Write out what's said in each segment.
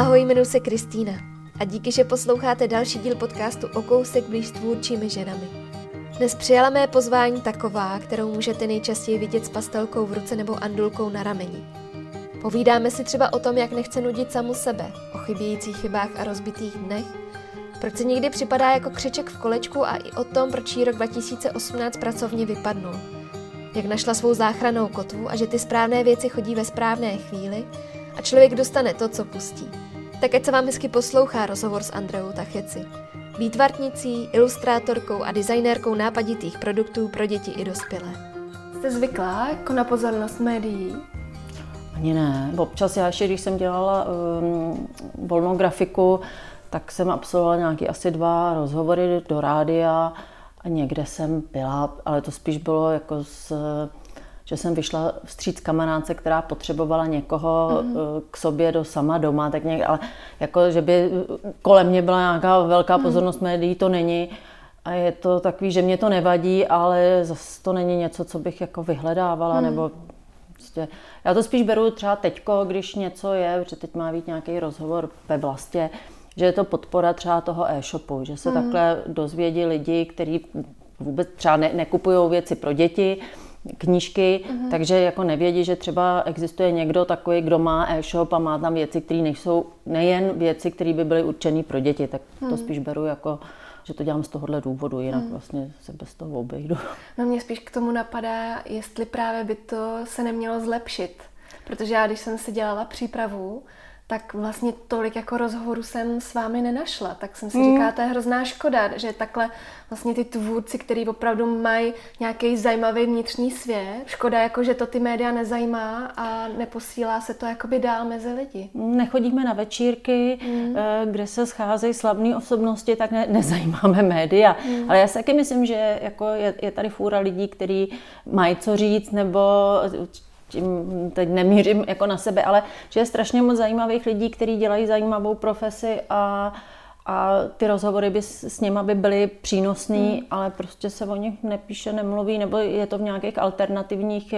Ahoj, jmenuji se Kristýna a díky, že posloucháte další díl podcastu O kousek blíž s tvůrčími ženami. Dnes přijala mé pozvání taková, kterou můžete nejčastěji vidět s pastelkou v ruce nebo andulkou na rameni. Povídáme si třeba o tom, jak nechce nudit samu sebe, o chybějících chybách a rozbitých dnech, proč se někdy připadá jako křeček v kolečku a i o tom, proč jí rok 2018 pracovně vypadnul. Jak našla svou záchrannou kotvu a že ty správné věci chodí ve správné chvíli a člověk dostane to, co pustí. Tak ať se vám hezky poslouchá rozhovor s Andreou Tacheci, výtvarnicí, ilustrátorkou a designérkou nápaditých produktů pro děti i dospělé. Jste zvyklá jako na pozornost médií? Ani ne. Občas já ještě, když jsem dělala volnou grafiku, tak jsem absolvovala nějaký asi 2 rozhovory do rádia a někde jsem byla, ale to spíš bylo jako že jsem vyšla vstříc kamarádce, která potřebovala někoho k sobě sama doma, tak ale jako, že by kolem mě byla nějaká velká pozornost médií, to není. A je to takový, že mě to nevadí, ale zase to není něco, co bych jako vyhledávala, nebo prostě. Já to spíš beru třeba teďko, když něco je, protože teď má být nějaký rozhovor ve Vlastě, že je to podpora třeba toho e-shopu, že se takhle dozvědí lidi, kteří vůbec třeba nekupují věci pro děti, knížky, takže jako nevědí, že třeba existuje někdo takový, kdo má e-shop a má tam věci, které nejsou nejen věci, které by byly určené pro děti, tak to spíš beru jako, že to dělám z tohohle důvodu, jinak vlastně se bez toho obejdu. No mě spíš k tomu napadá, jestli právě by to se nemělo zlepšit, protože já, když jsem si dělala přípravu, tak vlastně tolik jako rozhovorů jsem s vámi nenašla. Tak jsem si říkala, to je hrozná škoda, že takhle vlastně ty tvůrci, kteří opravdu mají nějaký zajímavý vnitřní svět, škoda jako, že to ty média nezajímá a neposílá se to jakoby dál mezi lidi. Nechodíme na večírky, kde se scházejí slavné osobnosti, tak nezajímáme média. Ale já si taky myslím, že jako je tady fůra lidí, kteří mají co říct, nebo teď nemířím jako na sebe, ale že je strašně moc zajímavých lidí, kteří dělají zajímavou profesi a ty rozhovory by s nima by byly přínosný, ale prostě se o nich nepíše, nemluví, nebo je to v nějakých alternativních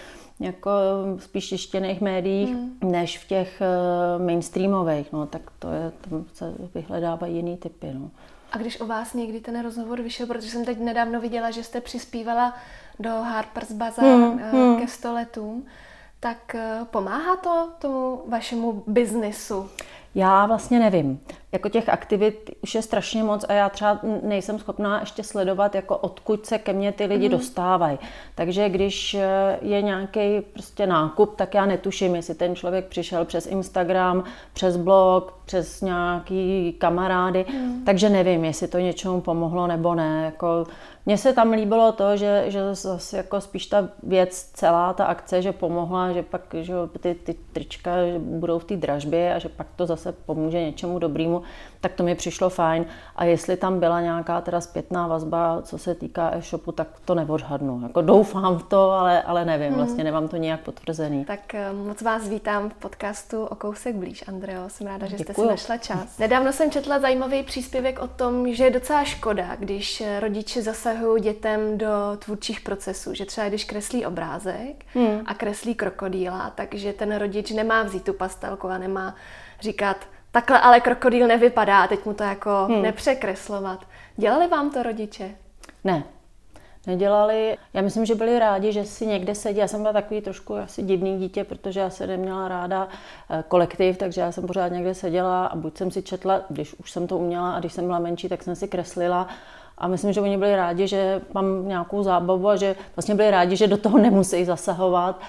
jako spíš tištěných médiích, než v těch mainstreamových, no tak to je, tam se vyhledávají jiný typy, no. A když o vás někdy ten rozhovor vyšel, protože jsem teď nedávno viděla, že jste přispívala do Harper's Bazaar ke 100 letům, tak pomáhá to tomu vašemu biznisu? Já vlastně nevím. Jako těch aktivit už je strašně moc a já třeba nejsem schopná ještě sledovat, jako odkud se ke mně ty lidi dostávají. Takže když je nějaký prostě nákup, tak já netuším, jestli ten člověk přišel přes Instagram, přes blog, přes nějaký kamarády. Takže nevím, jestli to něčemu pomohlo nebo ne. Jako, mně se tam líbilo to, že zase jako spíš ta věc, celá ta akce, že pomohla, že pak že ty trička budou v té dražbě a že pak to zase pomůže něčemu dobrému, tak to mi přišlo fajn. A jestli tam byla nějaká teda zpětná vazba, co se týká e-shopu, tak to neodhadnu. Jako doufám v to, ale nevím, vlastně nemám to nějak potvrzený. Tak moc vás vítám v podcastu O kousek blíž, Andreo. Jsem ráda, že jste si našla čas. Nedávno jsem četla zajímavý příspěvek o tom, že je docela škoda, když rodiče zasahují dětem do tvůrčích procesů, že třeba když kreslí obrázek a kreslí krokodýla, takže ten rodič nemá vzít tu pastelku a nemá říkat, takhle ale krokodýl nevypadá, teď mu to jako nepřekreslovat. Dělali vám to rodiče? Ne, nedělali. Já myslím, že byli rádi, že si někde sedí. Já jsem byla takový trošku asi divný dítě, protože já se neměla ráda kolektiv, takže já jsem pořád někde seděla a buď jsem si četla, když už jsem to uměla a když jsem byla menší, tak jsem si kreslila. A myslím, že oni byli rádi, že mám nějakou zábavu a že vlastně byli rádi, že do toho nemusí zasahovat.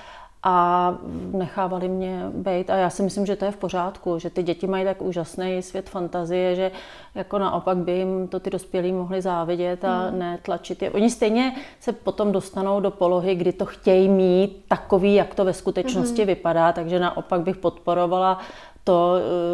A nechávali mě bejt a já si myslím, že to je v pořádku, že ty děti mají tak úžasný svět fantazie, že jako naopak by jim to ty dospělí mohli závidět a netlačit je. Oni stejně se potom dostanou do polohy, kdy to chtějí mít takový, jak to ve skutečnosti vypadá, takže naopak bych podporovala to,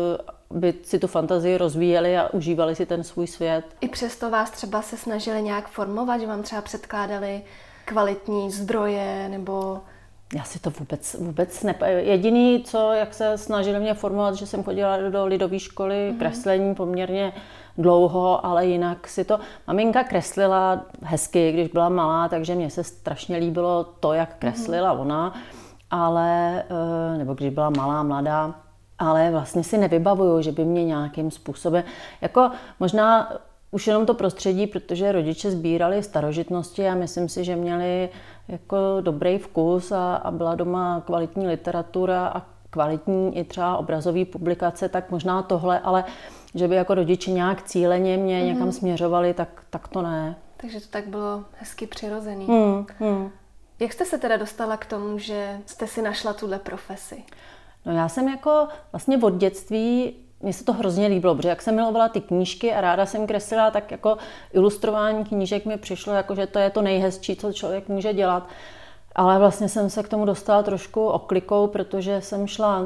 by si tu fantazii rozvíjeli a užívali si ten svůj svět. I přesto vás třeba se snažili nějak formovat, že vám třeba předkládali kvalitní zdroje nebo... Já si to vůbec jediný, co, jak se snažili mě formovat, že jsem chodila do lidové školy kreslení poměrně dlouho, ale jinak si to... Maminka kreslila hezky, když byla malá, takže mně se strašně líbilo to, jak kreslila ona, ale... Nebo když byla malá, mladá. ale vlastně si nevybavuju, že by mě nějakým způsobem, jako možná už jenom to prostředí, protože rodiče sbírali starožitnosti a myslím si, že měli jako dobrý vkus a byla doma kvalitní literatura a kvalitní i třeba obrazové publikace, tak možná tohle, ale že by jako rodiče nějak cíleně mě někam směřovali, tak to ne. Takže to tak bylo hezky přirozený. Jak jste se teda dostala k tomu, že jste si našla tuhle profesi? No já jsem jako vlastně od dětství, mně se to hrozně líbilo, protože jak jsem milovala ty knížky a ráda jsem kreslila, tak jako ilustrování knížek mi přišlo, jako, že to je to nejhezčí, co člověk může dělat. Ale vlastně jsem se k tomu dostala trošku oklikou, protože jsem šla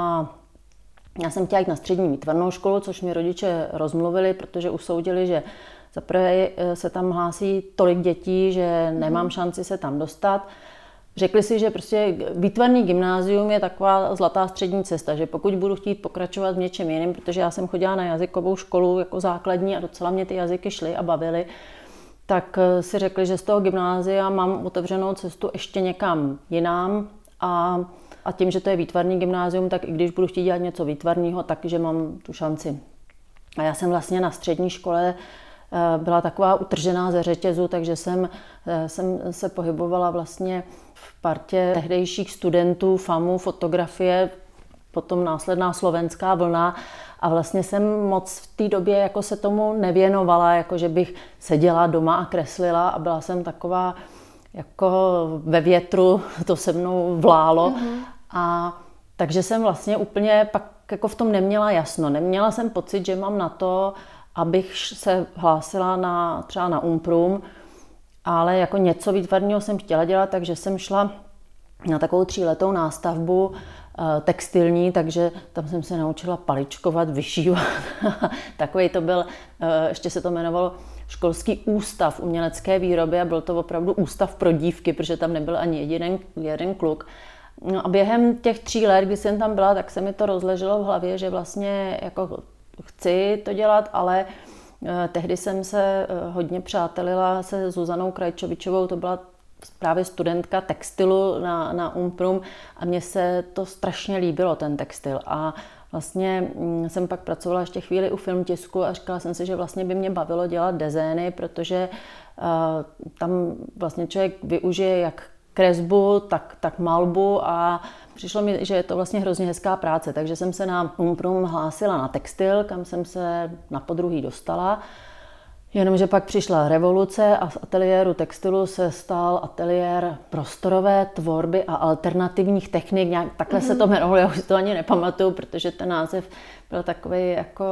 já jsem chtěla jít na střední výtvarnou školu, což mi rodiče rozmluvili, protože usoudili, že zaprvé se tam hlásí tolik dětí, že nemám šanci se tam dostat. Řekli si, že prostě výtvarný gymnázium je taková zlatá střední cesta, že pokud budu chtít pokračovat v něčem jiném, protože já jsem chodila na jazykovou školu jako základní a docela mě ty jazyky šly a bavily, tak si řekli, že z toho gymnázia mám otevřenou cestu ještě někam jinam a tím, že to je výtvarný gymnázium, tak i když budu chtít dělat něco výtvarného, takže mám tu šanci. A já jsem vlastně na střední škole byla taková utržená ze řetězu, takže jsem se pohybovala vlastně v partě tehdejších studentů FAMu, fotografie, potom následná slovenská vlna a vlastně jsem moc v té době jako se tomu nevěnovala, jako že bych seděla doma a kreslila a byla jsem taková jako ve větru, to se mnou vlálo a takže jsem vlastně úplně pak jako v tom neměla jasno. Neměla jsem pocit, že mám na to, abych se hlásila třeba na Umprum, ale jako něco výtvarného jsem chtěla dělat, takže jsem šla na takovou 3letou nástavbu textilní, takže tam jsem se naučila paličkovat, vyšívat. Takový to byl, ještě se to jmenovalo školský ústav umělecké výroby a byl to opravdu ústav pro dívky, protože tam nebyl ani jeden kluk. No a během těch 3 let, kdy jsem tam byla, tak se mi to rozleželo v hlavě, že vlastně jako chci to dělat, ale tehdy jsem se hodně přátelila se Zuzanou Krajčovičovou, to byla právě studentka textilu na Umprum a mně se to strašně líbilo, ten textil. A vlastně jsem pak pracovala ještě chvíli u Filmtisku a říkala jsem si, že vlastně by mě bavilo dělat dezény, protože tam vlastně člověk využije jak kresbu, tak malbu a přišlo mi, že je to vlastně hrozně hezká práce, takže jsem se na Umprum hlásila na textil, kam jsem se na podruhý dostala. Jenomže pak přišla revoluce a z ateliéru textilu se stal ateliér prostorové tvorby a alternativních technik. Takhle se to jmenovalo, já už si to ani nepamatuju, protože ten název byl takový jako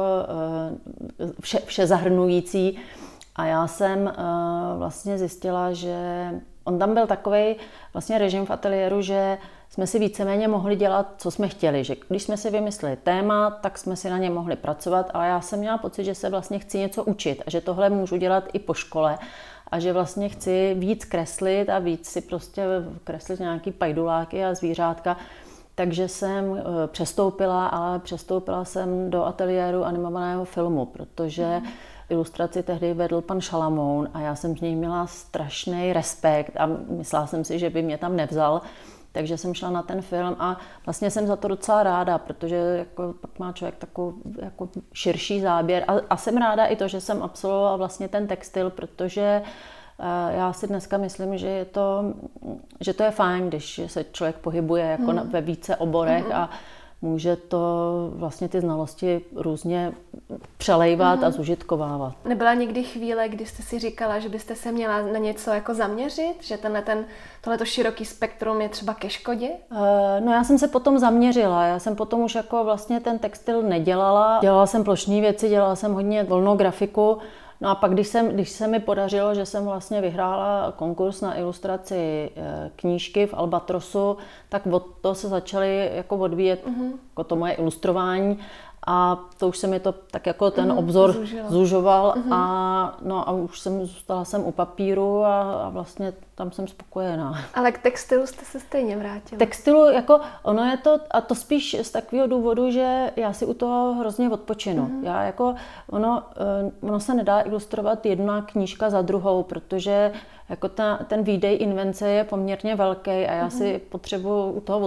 vše zahrnující. A já jsem vlastně zjistila, že on tam byl takový vlastně režim v ateliéru, že jsme si víceméně mohli dělat, co jsme chtěli. Že když jsme si vymysleli téma, tak jsme si na ně mohli pracovat, ale já jsem měla pocit, že se vlastně chci něco učit a že tohle můžu dělat i po škole a že vlastně chci víc kreslit a víc si prostě kreslit nějaký pajduláky a zvířátka. Takže jsem přestoupila jsem do ateliéru animovaného filmu, protože ilustraci tehdy vedl pan Šalamoun a já jsem z něj měla strašný respekt a myslela jsem si, že by mě tam nevzal. Takže jsem šla na ten film a vlastně jsem za to docela ráda, protože jako pak má člověk takový jako širší záběr a jsem ráda i to, že jsem absolvovala vlastně ten textil, protože já si dneska myslím, že to je fajn, když se člověk pohybuje jako ve více oborech a může to vlastně ty znalosti různě přelejvat a zužitkovávat. Nebyla někdy chvíle, kdy jste si říkala, že byste se měla na něco jako zaměřit? Že tohleto široký spektrum je třeba ke škodě? No já jsem se potom zaměřila. Já jsem potom už jako vlastně ten textil nedělala. Dělala jsem plošné věci, dělala jsem hodně volnou grafiku. No a pak, když se mi podařilo, že jsem vlastně vyhrála konkurs na ilustraci knížky v Albatrosu, tak od toho se začaly jako odvíjet jako to moje ilustrování a to už se mi to tak jako ten obzor zužoval a už zůstala jsem u papíru a vlastně tam jsem spokojená. Ale k textilu jste se stejně vrátila. Textilu, jako ono je to, a to spíš z takového důvodu, že já si u toho hrozně odpočinu. Já jako, ono se nedá ilustrovat jedna knížka za druhou, protože jako ten výdej invence je poměrně velký a já si potřebuji u toho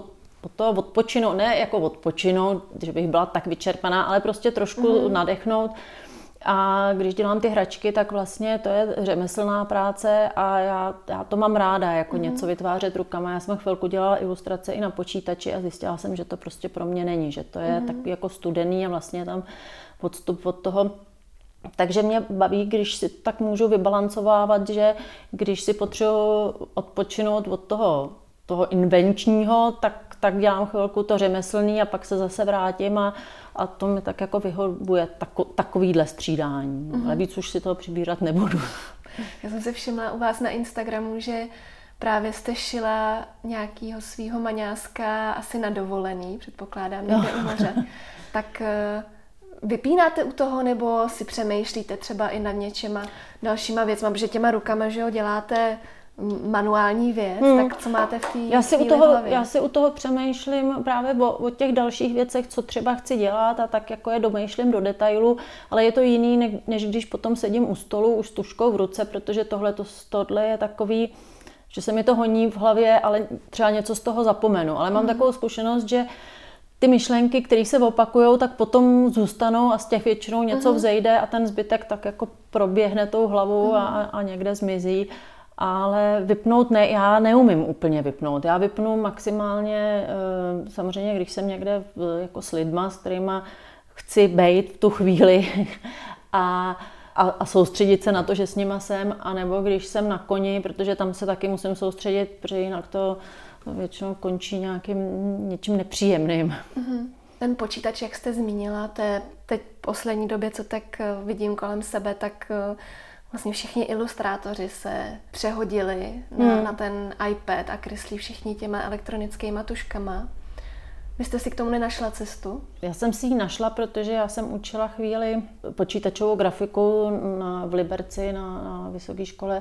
od toho odpočinout, ne jako odpočinout, že bych byla tak vyčerpaná, ale prostě trošku nadechnout. A když dělám ty hračky, tak vlastně to je řemeslná práce a já to mám ráda, jako něco vytvářet rukama. Já jsem chvilku dělala ilustrace i na počítači a zjistila jsem, že to prostě pro mě není, že to je takový jako studený a vlastně tam podstup od toho. Takže mě baví, když si tak můžu vybalancovávat, že když si potřebuji odpočinout od toho invenčního, tak dělám chvilku to řemeslný a pak se zase vrátím a to mi tak jako vyhovuje takovýhle střídání. Ale víc už si toho přibírat nebudu. Já jsem se všimla u vás na Instagramu, že právě jste šila nějakýho svýho maňáska asi na dovolený, předpokládám, někde u moře. Tak vypínáte u toho, nebo si přemýšlíte třeba i nad něčema dalšíma věcma, protože těma rukama, že jo, děláte manuální věc, tak co máte v té hlavě? Já si u toho přemýšlím právě o těch dalších věcech, co třeba chci dělat a tak jako je domýšlím do detailu, ale je to jiný, než když potom sedím u stolu už s tužkou v ruce, protože tohle je takový, že se mi to honí v hlavě, ale třeba něco z toho zapomenu. Ale mám takovou zkušenost, že ty myšlenky, které se opakujou, tak potom zůstanou a z těch většinou něco vzejde a ten zbytek tak jako proběhne tou hlavou a někde zmizí. Ale vypnout ne, já neumím úplně vypnout. Já vypnu maximálně, samozřejmě, když jsem někde jako s lidma, s kterýma chci bejt v tu chvíli a soustředit se na to, že s nima jsem, anebo když jsem na koni, protože tam se taky musím soustředit, protože jinak to většinou končí něčím nepříjemným. Ten počítač, jak jste zmínila, teď v poslední době, co tak vidím kolem sebe, tak vlastně všichni ilustrátoři se přehodili na ten iPad a kreslí všichni těma elektronickýma tužkama. Vy jste si k tomu nenašla cestu? Já jsem si ji našla, protože já jsem učila chvíli počítačovou grafiku v Liberci na vysoké škole.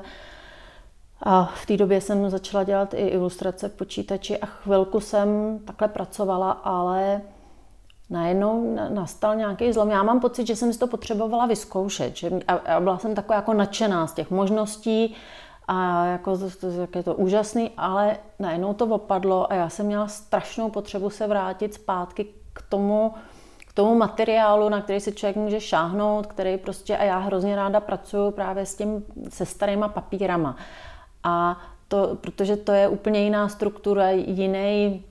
A v té době jsem začala dělat i ilustrace v počítači a chvilku jsem takhle pracovala, ale najednou nastal nějaký zlom. Já mám pocit, že jsem si to potřebovala vyzkoušet. A byla jsem taková jako nadšená z těch možností a jako, jak je to úžasný, ale najednou to opadlo a já jsem měla strašnou potřebu se vrátit zpátky k tomu materiálu, na který si člověk může šáhnout, který prostě, a já hrozně ráda pracuju právě se starýma papírama. A protože to je úplně jiná struktura, jiný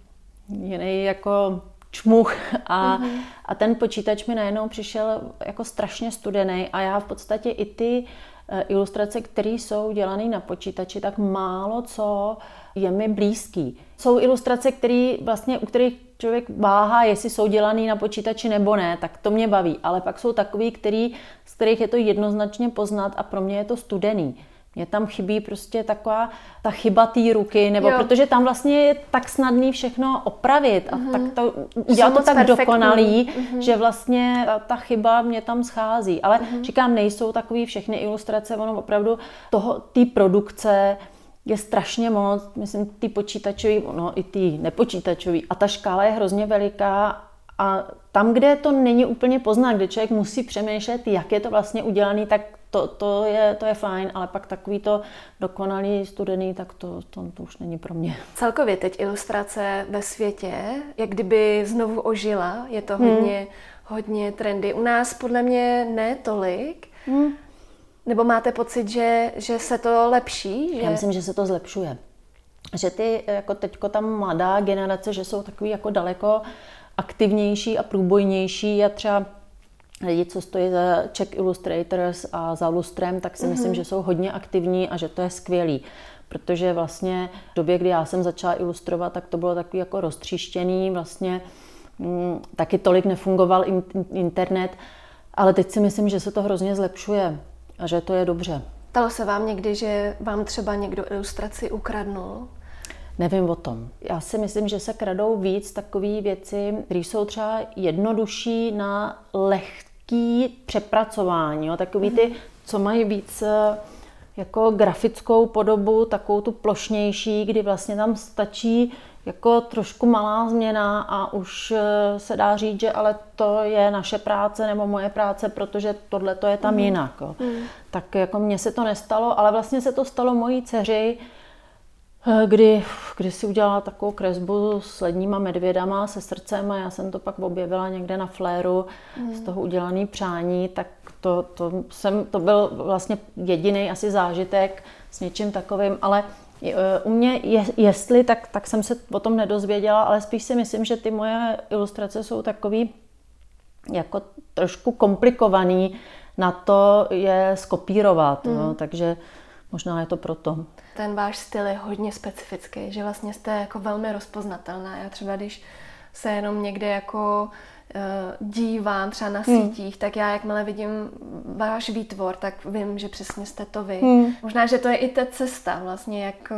jako čmuch a ten počítač mi najednou přišel jako strašně studený a já v podstatě i ty ilustrace, které jsou dělané na počítači, tak málo co je mi blízký. Jsou ilustrace, u kterých člověk váhá, jestli jsou dělané na počítači nebo ne, tak to mě baví, ale pak jsou takový, z kterých je to jednoznačně poznat a pro mě je to studený. Mně tam chybí prostě taková ta chyba té ruky, nebo protože tam vlastně je tak snadný všechno opravit a tak to udělat to tak perfektní. Dokonalý, že vlastně ta chyba mě tam schází. Ale říkám, nejsou takový všechny ilustrace, ono opravdu té produkce je strašně moc, myslím, ty počítačový, i ty nepočítačový a ta škála je hrozně veliká a tam, kde to není úplně poznat, kde člověk musí přemýšlet, jak je to vlastně udělané, tak to je fajn, ale pak takový to dokonalý, studený, tak to už není pro mě. Celkově teď ilustrace ve světě, jak kdyby znovu ožila, je to hodně trendy. U nás podle mě ne tolik. Nebo máte pocit, že se to lepší? Že... Já myslím, že se to zlepšuje. Že jako teďko tam mladá generace, že jsou takový jako daleko aktivnější a průbojnější a třeba lidi, co stojí za Czech Illustrators a za Lustrem, tak si myslím, že jsou hodně aktivní a že to je skvělý. Protože vlastně v době, kdy já jsem začala ilustrovat, tak to bylo takový jako roztříštěný, vlastně taky tolik nefungoval internet, ale teď si myslím, že se to hrozně zlepšuje a že to je dobře. Stalo se vám někdy, že vám třeba někdo ilustraci ukradnul? Nevím o tom. Já si myslím, že se kradou víc takové věci, které jsou třeba jednodušší na lehký přepracování. Jo? Takový ty, co mají víc jako grafickou podobu, takovou tu plošnější, kdy vlastně tam stačí jako trošku malá změna a už se dá říct, že ale to je naše práce nebo moje práce, protože tohle to je tam jinak. Jo. Tak jako mně se to nestalo, ale vlastně se to stalo mojí dceři, kdy si udělala takovou kresbu s ledníma medvědama se srdcem a já jsem to pak objevila někde na fléru z toho udělaný přání, tak to byl vlastně jediný asi zážitek s něčím takovým, ale u mě, jestli, tak jsem se o tom nedozvěděla, ale spíš si myslím, že ty moje ilustrace jsou takový jako trošku komplikovaný na to je skopírovat, no, takže možná je to proto. Ten váš styl je hodně specifický, že vlastně jste jako velmi rozpoznatelná. Já třeba, když se jenom někde jako dívám třeba na sítích, tak já jakmile vidím váš výtvor, tak vím, že přesně jste to vy. Možná, že to je i ta cesta vlastně, jak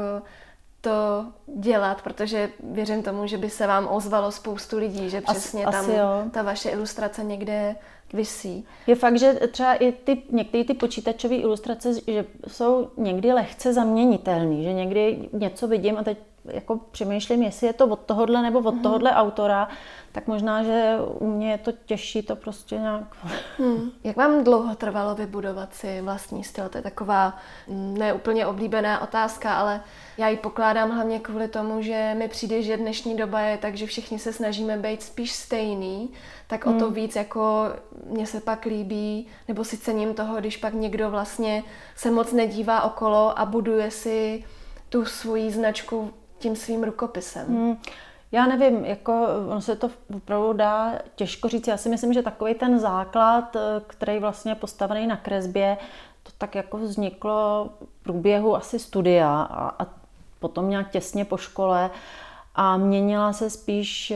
to dělat, protože věřím tomu, že by se vám ozvalo spoustu lidí, že přesně tam ta vaše ilustrace někde visí. Je fakt, že třeba i některé ty počítačové ilustrace, že jsou někdy lehce zaměnitelné, že někdy něco vidím a teď jako přemýšlím, jestli je to od tohohle nebo od tohohle autora, tak možná, že u mě je to těžší to prostě nějak... Jak vám dlouho trvalo vybudovat si vlastní styl? To je taková neúplně oblíbená otázka, ale já ji pokládám hlavně kvůli tomu, že mi přijde, že dnešní doba je tak, že všichni se snažíme být spíš stejný, tak o to víc jako mně se pak líbí, nebo si cením toho, když pak někdo vlastně se moc nedívá okolo a buduje si tu svoji značku tím svým rukopisem. Já nevím, jako on se to opravdu dá těžko říct. Já si myslím, že takový ten základ, který vlastně je postavený na kresbě, to tak jako vzniklo v průběhu asi studia a potom nějak těsně po škole a měnila se spíš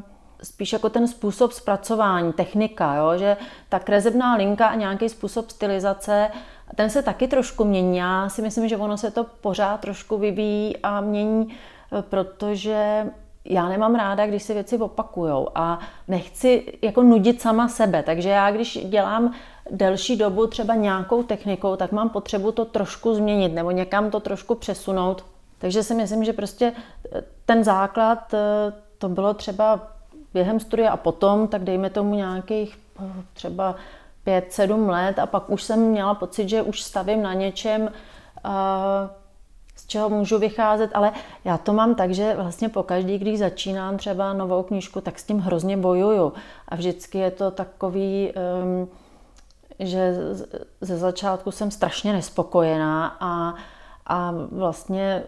jako ten způsob zpracování, technika, jo? Že ta kresebná linka a nějaký způsob stylizace, ten se taky trošku mění. Já si myslím, že ono se to pořád trošku vyvíjí a mění, protože já nemám ráda, když se věci opakujou a nechci jako nudit sama sebe, takže já když dělám delší dobu třeba nějakou technikou, tak mám potřebu to trošku změnit nebo někam to trošku přesunout. Takže si myslím, že prostě ten základ, to bylo třeba během studia a potom, tak dejme tomu nějakých třeba 5-7 let a pak už jsem měla pocit, že už stavím na něčem, z čeho můžu vycházet, ale já to mám tak, že vlastně pokaždý, když začínám třeba novou knížku, tak s tím hrozně bojuju a vždycky je to takový, že ze začátku jsem strašně nespokojená a vlastně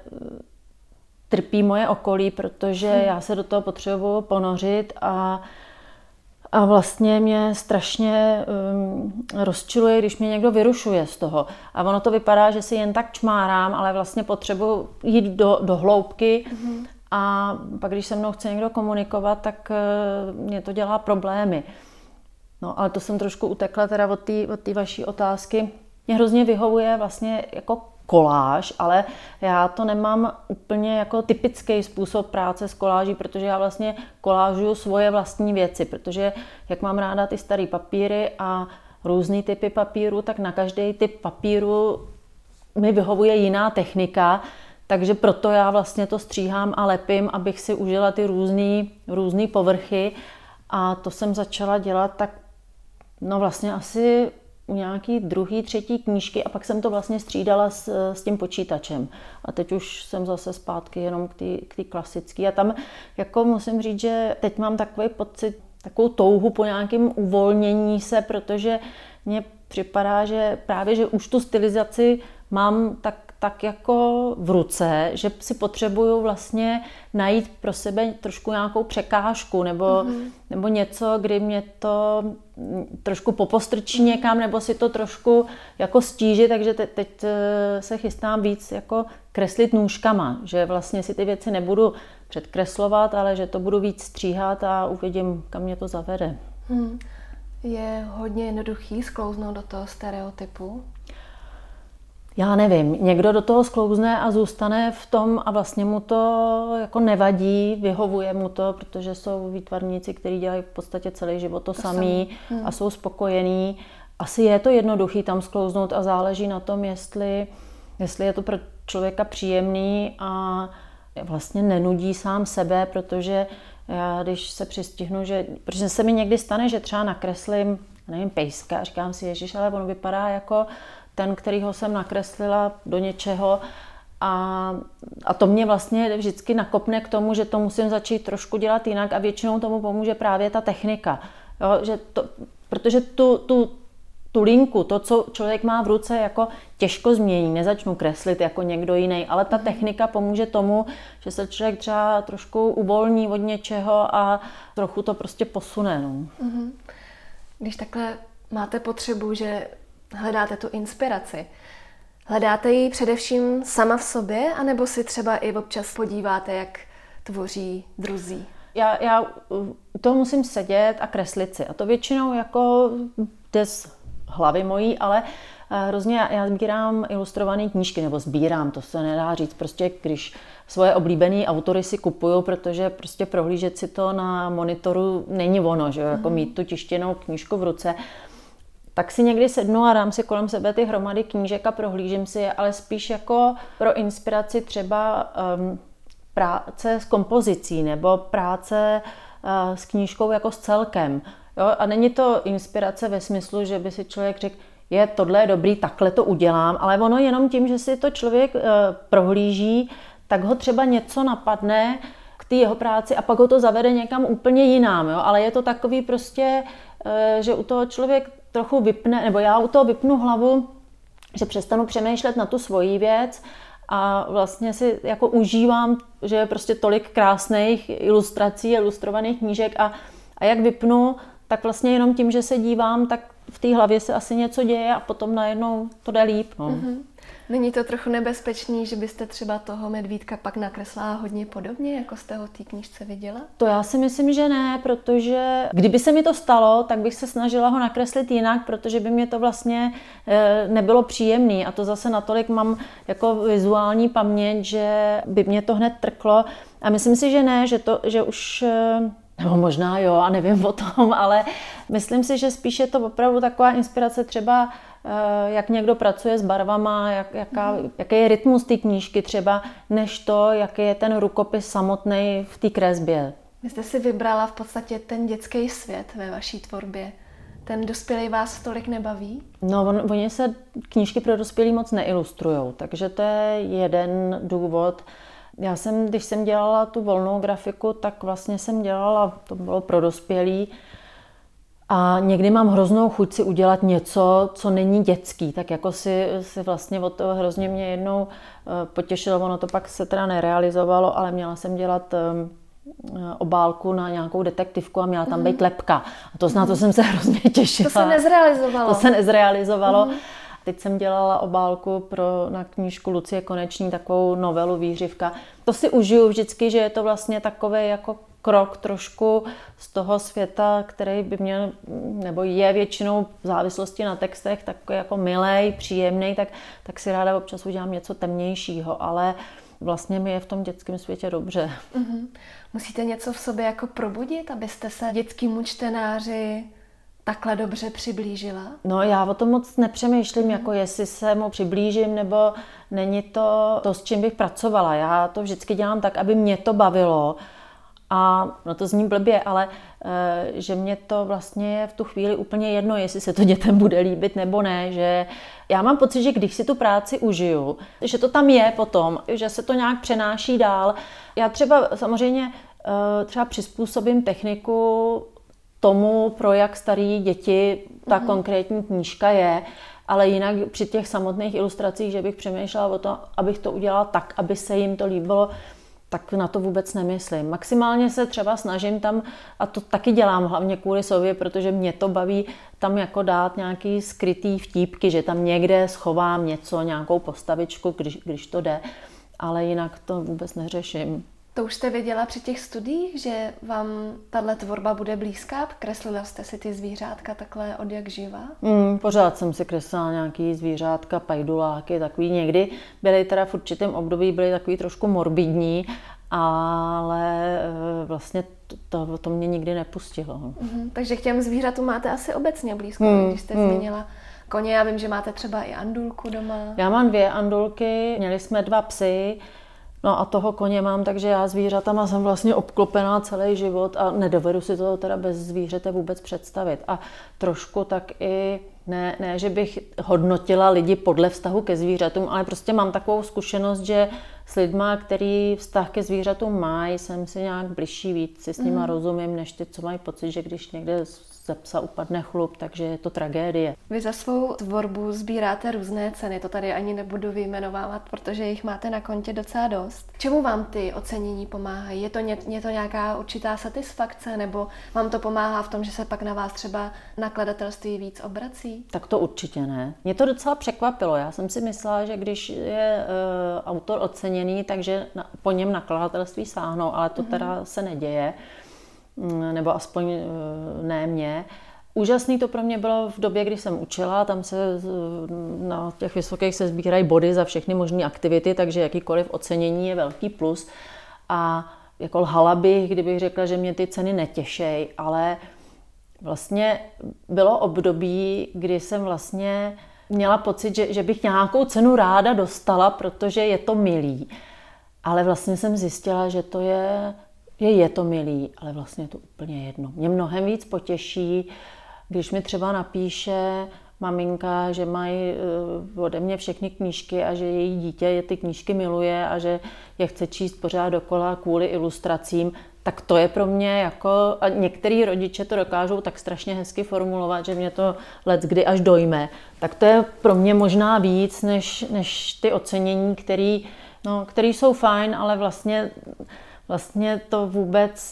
trpí moje okolí, protože já se do toho potřebuji ponořit a vlastně mě strašně rozčiluje, když mě někdo vyrušuje z toho. A ono to vypadá, že si jen tak čmárám, ale vlastně potřebuji jít do hloubky a pak, když se mnou chce někdo komunikovat, tak mě to dělá problémy. No, ale to jsem trošku utekla teda od té vaší otázky. Mě hrozně vyhovuje vlastně jako koláž, ale já to nemám úplně jako typický způsob práce s koláží, protože já vlastně kolážuju svoje vlastní věci, protože jak mám ráda ty starý papíry a různý typy papíru, tak na každý typ papíru mi vyhovuje jiná technika, takže proto já vlastně to stříhám a lepím, abych si užila ty různý povrchy a to jsem začala dělat tak vlastně asi u nějaký druhý, třetí knížky a pak jsem to vlastně střídala s tím počítačem. A teď už jsem zase zpátky jenom k té klasické. A tam jako musím říct, že teď mám takový pocit, takovou touhu po nějakém uvolnění se, protože mně připadá, že právě, že už tu stylizaci mám tak jako v ruce, že si potřebuju vlastně najít pro sebe trošku nějakou překážku nebo něco, kdy mě to trošku popostrčí někam, nebo si to trošku jako stíží, takže teď se chystám víc jako kreslit nůžkama, že vlastně si ty věci nebudu předkreslovat, ale že to budu víc stříhat a uvidím, kam mě to zavede. Je hodně jednoduchý sklouznout do toho stereotypu? Já nevím, někdo do toho sklouzne a zůstane v tom a vlastně mu to jako nevadí, vyhovuje mu to, protože jsou výtvarníci, kteří dělají v podstatě celý život to samý a jsou spokojení. Asi je to jednoduchý tam sklouznout a záleží na tom, jestli je to pro člověka příjemný a vlastně nenudí sám sebe, protože já když se přistihnu, protože se mi někdy stane, že třeba nakreslím, nevím, pejska a říkám si, ježiš, ale on vypadá jako ten, kterýho jsem nakreslila do něčeho A to mě vlastně vždycky nakopne k tomu, že to musím začít trošku dělat jinak a většinou tomu pomůže právě ta technika. Jo, že protože tu linku, to, co člověk má v ruce, jako těžko změní, nezačnu kreslit jako někdo jiný, ale ta technika pomůže tomu, že se člověk třeba trošku uvolní od něčeho a trochu to prostě posune. No. Když takhle máte potřebu, že hledáte tu inspiraci, hledáte ji především sama v sobě, anebo si třeba i občas podíváte, jak tvoří druzí? Já to musím sedět a kreslit si. A to většinou jako jde z hlavy mojí, ale hrozně já sbírám ilustrované knížky, nebo sbírám, to se nedá říct. Prostě když svoje oblíbené autory si kupuju, protože prostě prohlížet si to na monitoru není ono, že jako mít tu tištěnou knížku v ruce. Tak si někdy sednu a dám si kolem sebe ty hromady knížek a prohlížím si je, ale spíš jako pro inspiraci třeba práce s kompozicí nebo práce s knížkou jako s celkem. Jo? A není to inspirace ve smyslu, že by si člověk řekl, tohle je dobrý, takhle to udělám, ale ono jenom tím, že si to člověk prohlíží, tak ho třeba něco napadne k té jeho práci a pak ho to zavede někam úplně jinam. Jo? Ale je to takový prostě, že u toho člověk trochu vypne, nebo já u toho vypnu hlavu, že přestanu přemýšlet na tu svoji věc a vlastně si jako užívám, že je prostě tolik krásných ilustrací, ilustrovaných knížek a jak vypnu, tak vlastně jenom tím, že se dívám, tak v té hlavě se asi něco děje a potom najednou to jde líp. No. Není to trochu nebezpečný, že byste třeba toho medvídka pak nakreslila hodně podobně, jako jste ho v té knížce viděla? To já si myslím, že ne, protože kdyby se mi to stalo, tak bych se snažila ho nakreslit jinak, protože by mě to vlastně nebylo příjemné. A to zase natolik mám jako vizuální paměť, že by mě to hned trklo. A myslím si, že ne, že už... Nebo možná jo, a nevím o tom, ale myslím si, že spíš je to opravdu taková inspirace třeba, jak někdo pracuje s barvama, jaký je rytmus té knížky třeba, než to, jaký je ten rukopis samotný v té kresbě. Vy jste si vybrala v podstatě ten dětský svět ve vaší tvorbě. Ten dospělý vás tolik nebaví? No, oni se knížky pro dospělý moc neilustrujou, takže to je jeden důvod. Když jsem dělala tu volnou grafiku, tak vlastně jsem dělala, to bylo pro dospělý, a někdy mám hroznou chuť si udělat něco, co není dětský, tak jako si vlastně od toho hrozně mě jednou potěšilo, ono to pak se teda nerealizovalo, ale měla jsem dělat obálku na nějakou detektivku a měla tam být lepka. A na to jsem se hrozně těšila. To se nezrealizovalo. To se nezrealizovalo. Teď jsem dělala obálku na knížku Lucie Koneční, takovou novelu Výřivka. To si užiju vždycky, že je to vlastně takový jako krok trošku z toho světa, který by měl, nebo je většinou v závislosti na textech takový jako milej, příjemný, tak si ráda občas udělám něco temnějšího, ale vlastně mi je v tom dětském světě dobře. Musíte něco v sobě jako probudit, abyste se dětskému čtenáři takhle dobře přiblížila? No, já o tom moc nepřemýšlím, jako jestli se mu přiblížím, nebo není to, s čím bych pracovala. Já to vždycky dělám tak, aby mě to bavilo. A no to zní blbě, ale že mě to vlastně je v tu chvíli úplně jedno, jestli se to dětem bude líbit nebo ne. Že já mám pocit, že když si tu práci užiju, že to tam je potom, že se to nějak přenáší dál. Já třeba samozřejmě třeba přizpůsobím techniku tomu, pro jak starý děti ta konkrétní knížka je, ale jinak při těch samotných ilustracích, že bych přemýšlela o tom, abych to udělala tak, aby se jim to líbilo, tak na to vůbec nemyslím. Maximálně se třeba snažím tam, a to taky dělám hlavně kvůli sobě, protože mě to baví tam jako dát nějaký skrytý vtípky, že tam někde schovám něco, nějakou postavičku, když to jde, ale jinak to vůbec neřeším. To už jste věděla při těch studiích, že vám tahle tvorba bude blízká? Kreslila jste si ty zvířátka takhle od jak živa? Pořád jsem si kreslila nějaký zvířátka, pajduláky, takový někdy. Byly teda v určitém období, byly takový trošku morbidní, ale vlastně to mě nikdy nepustilo. Takže k těm zvířatům máte asi obecně blízko, když jste zmínila koně. Já vím, že máte třeba i andulku doma. Já mám 2 andulky, měli jsme 2 psy. No a toho koně mám, takže já zvířatama jsem vlastně obklopená celý život a nedovedu si to teda bez zvířete vůbec představit. A trošku tak i Ne, že bych hodnotila lidi podle vztahu ke zvířatům, ale prostě mám takovou zkušenost, že s lidma, který vztah ke zvířatům mají, jsem si nějak bližší, víc si s nima rozumím, než ty, co mají pocit, že když někde ze psa upadne chlup, takže je to tragédie. Vy za svou tvorbu sbíráte různé ceny, to tady ani nebudu vyjmenovávat, protože jich máte na kontě docela dost. Čemu vám ty ocenění pomáhají? Je to nějaká určitá satisfakce, nebo vám to pomáhá v tom, že se pak na vás třeba nakladatelství víc obrací? Tak to určitě ne. Mě to docela překvapilo. Já jsem si myslela, že když je autor oceněný, takže po něm nakladatelství sáhnou, ale to teda se neděje. Nebo aspoň ne mě. Úžasný to pro mě bylo v době, kdy jsem učila, tam se na těch vysokých se sbírají body za všechny možné aktivity, takže jakýkoliv ocenění je velký plus. A jako lhala bych, kdybych řekla, že mě ty ceny netěšej, ale vlastně bylo období, kdy jsem vlastně měla pocit, že bych nějakou cenu ráda dostala, protože je to milý. Ale vlastně jsem zjistila, že to je to milý, ale vlastně je to úplně jedno. Mě mnohem víc potěší, když mi třeba napíše maminka, že mají ode mě všechny knížky a že její dítě ty knížky miluje a že je chce číst pořád dokola kvůli ilustracím, tak to je pro mě jako, a některý rodiče to dokážou tak strašně hezky formulovat, že mě to leckdy až dojme, tak to je pro mě možná víc, než ty ocenění, který jsou fajn, ale vlastně to vůbec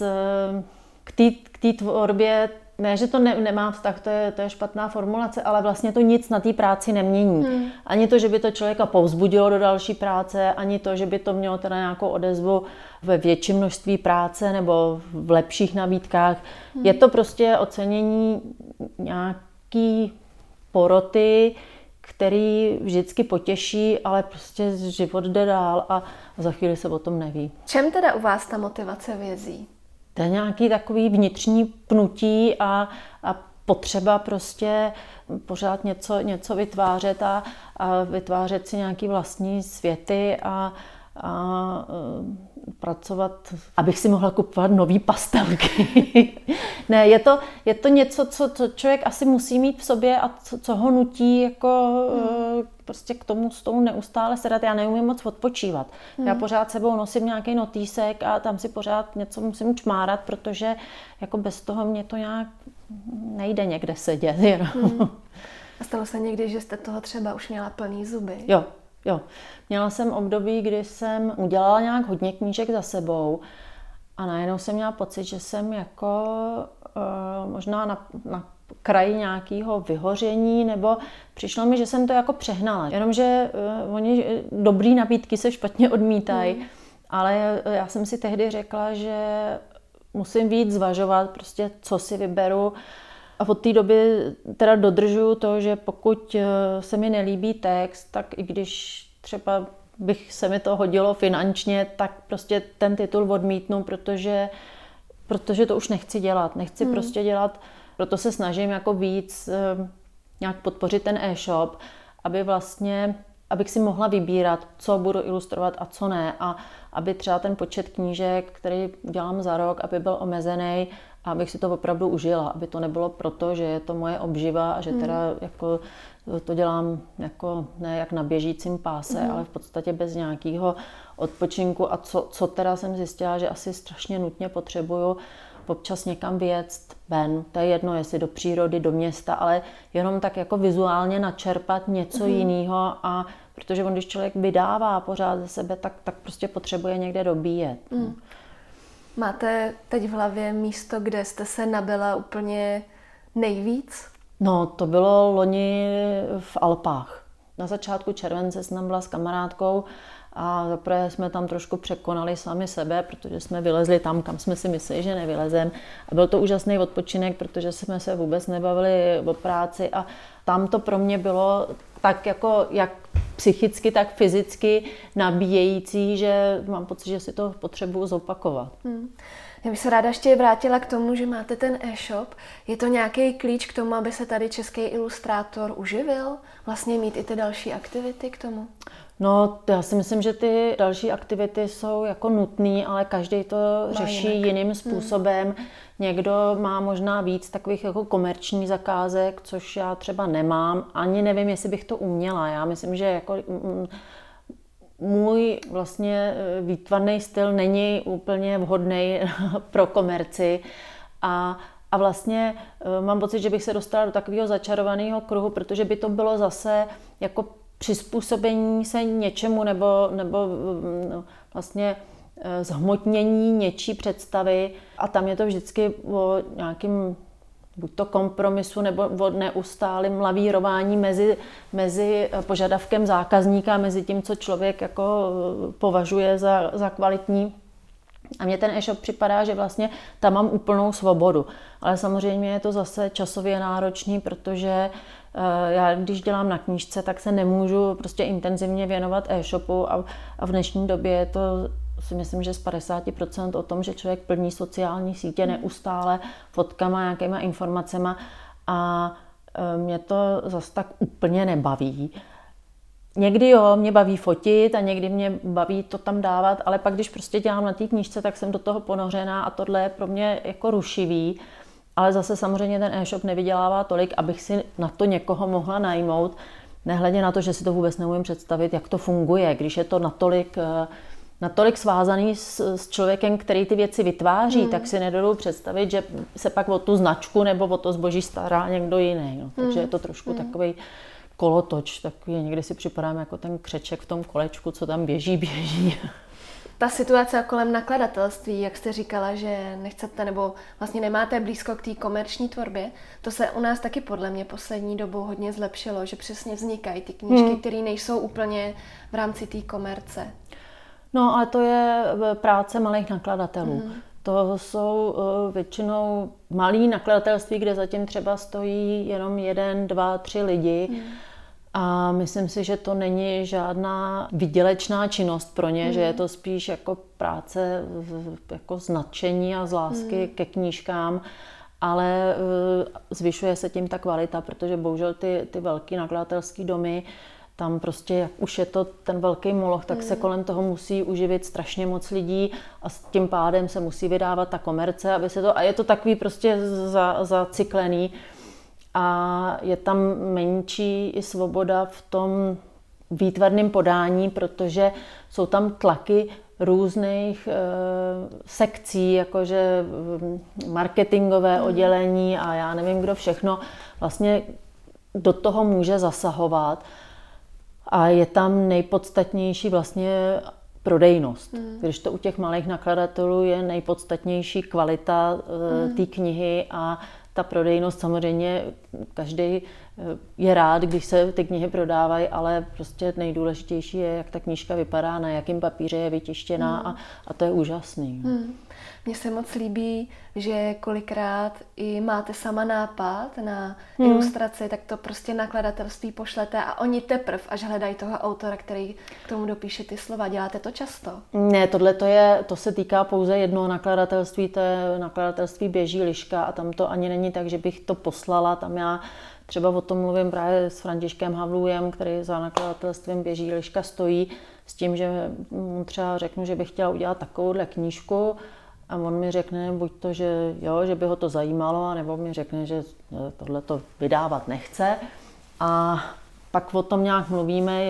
k té tvorbě, ne, že to nemá vztah, to je špatná formulace, ale vlastně to nic na té práci nemění. Ani to, že by to člověka povzbudilo do další práce, ani to, že by to mělo teda nějakou odezvu ve větším množství práce nebo v lepších nabídkách. Je to prostě ocenění nějaký poroty, který vždycky potěší, ale prostě život jde dál a za chvíli se o tom neví. Čem teda u vás ta motivace vězí? To je nějaký takový vnitřní pnutí a potřeba prostě pořád něco vytvářet a vytvářet si nějaký vlastní světy a pracovat, abych si mohla kupovat nový pastelky. Ne, je to něco, co člověk asi musí mít v sobě a co ho nutí jako prostě k tomu stolu neustále sedat. Já neumím moc odpočívat. Já pořád sebou nosím nějaký notýsek a tam si pořád něco musím čmárat, protože jako bez toho mě to nějak nejde někde sedět. A stalo se někdy, že jste toho třeba už měla plný zuby? Jo. Měla jsem období, kdy jsem udělala nějak hodně knížek za sebou a najednou jsem měla pocit, že jsem jako možná na kraji nějakého vyhoření, nebo přišlo mi, že jsem to jako přehnala. Jenomže oni dobrý nabídky se špatně odmítají, ale já jsem si tehdy řekla, že musím víc zvažovat, prostě co si vyberu. A od té doby teda dodržuju to, že pokud se mi nelíbí text, tak i když třeba se mi to hodilo finančně, tak prostě ten titul odmítnu, protože to už nechci dělat. Nechci prostě dělat, proto se snažím jako víc nějak podpořit ten e-shop, abych si mohla vybírat, co budu ilustrovat a co ne. A aby třeba ten počet knížek, který dělám za rok, aby byl omezený, a abych si to opravdu užila, aby to nebylo proto, že je to moje obživa a že teda jako to dělám jako ne jak na běžícím páse, ale v podstatě bez nějakého odpočinku. A co teda jsem zjistila, že asi strašně nutně potřebuju občas někam vyjet ven. To je jedno, jestli do přírody, do města, ale jenom tak jako vizuálně načerpat něco jiného, a protože když člověk vydává pořád ze sebe, tak prostě potřebuje někde dobíjet. Máte teď v hlavě místo, kde jste se nabila úplně nejvíc? No, to bylo loni v Alpách. Na začátku července jsem byla s kamarádkou a zaprvé jsme tam trošku překonali sami sebe, protože jsme vylezli tam, kam jsme si mysleli, že nevylezem. A byl to úžasný odpočinek, protože jsme se vůbec nebavili o práci a tam to pro mě bylo tak jako, jak psychicky, tak fyzicky nabíjející, že mám pocit, že si to potřebuju zopakovat. Já bych se ráda ještě vrátila k tomu, že máte ten e-shop. Je to nějaký klíč k tomu, aby se tady český ilustrátor uživil? Vlastně mít i ty další aktivity k tomu? No, já si myslím, že ty další aktivity jsou jako nutné, ale každý to řeší jiným způsobem. Někdo má možná víc takových jako komerčních zakázek, což já třeba nemám. Ani nevím, jestli bych to uměla. Já myslím, že jako můj vlastně výtvarný styl není úplně vhodný pro komerci a vlastně mám pocit, že bych se dostala do takového začarovaného kruhu, protože by to bylo zase jako přizpůsobení se něčemu nebo vlastně zhmotnění něčí představy a tam je to vždycky o nějakým buď to kompromisu nebo o neustálém lavírování mezi požadavkem zákazníka a mezi tím, co člověk jako považuje za kvalitní. A mně ten e-shop připadá, že vlastně tam mám úplnou svobodu. Ale samozřejmě je to zase časově náročný, protože já když dělám na knížce, tak se nemůžu prostě intenzivně věnovat e-shopu a v dnešní době je to si myslím, že z 50% o tom, že člověk plní sociální sítě neustále fotkama, nějakýma informacema a mě to zase tak úplně nebaví. Někdy jo, mě baví fotit a někdy mě baví to tam dávat, ale pak když prostě dělám na té knížce, tak jsem do toho ponořená a tohle je pro mě jako rušivý. Ale zase samozřejmě ten e-shop nevydělává tolik, abych si na to někoho mohla najmout, nehledě na to, že si to vůbec neumím představit, jak to funguje, když je to natolik svázaný s člověkem, který ty věci vytváří, tak si nedovedu představit, že se pak o tu značku nebo o to zboží stará někdo jiný. No. Takže je to trošku takovej kolotoč, takový, někdy si připadám jako ten křeček v tom kolečku, co tam běží. Ta situace kolem nakladatelství, jak jste říkala, že nechcete nebo vlastně nemáte blízko k té komerční tvorbě, to se u nás taky podle mě poslední dobou hodně zlepšilo, že přesně vznikají ty knížky, které nejsou úplně v rámci té komerce. No, ale to je práce malých nakladatelů. To jsou většinou malý nakladatelství, kde zatím třeba stojí jenom 1, 2, 3 lidi. A myslím si, že to není žádná výdělečná činnost pro ně, že je to spíš jako práce jako z nadšení a z lásky ke knížkám, ale zvyšuje se tím ta kvalita, protože bohužel ty velký nakladatelský domy, tam prostě, jak už je to ten velký moloch, tak se kolem toho musí uživit strašně moc lidí a s tím pádem se musí vydávat ta komerce, aby se to, a je to takový prostě zacyklený. A je tam menší i svoboda v tom výtvarném podání, protože jsou tam tlaky různých sekcí, jakože marketingové oddělení a já nevím, kdo všechno vlastně do toho může zasahovat. A je tam nejpodstatnější vlastně prodejnost. Když to u těch malých nakladatelů je nejpodstatnější kvalita té knihy a ta prodejnost, samozřejmě každý je rád, když se ty knihy prodávají, ale prostě nejdůležitější je, jak ta knížka vypadá, na jakém papíře je vytištěná a to je úžasný. Mně se moc líbí, že kolikrát i máte sama nápad na ilustraci, tak to prostě nakladatelství pošlete a oni teprv až hledají toho autora, který k tomu dopíše ty slova. Děláte to často? Ne, to se týká pouze jednoho nakladatelství, to je nakladatelství Běží liška a tam to ani není tak, že bych to poslala, tam já třeba o tom mluvím právě s Františkem Havlůjem, který za nakladatelstvím Běží liška stojí, s tím, že mu třeba řeknu, že bych chtěla udělat takovouhle knížku a on mi řekne buď to, že jo, že by ho to zajímalo, nebo mi řekne, že tohle to vydávat nechce. A pak o tom nějak mluvíme,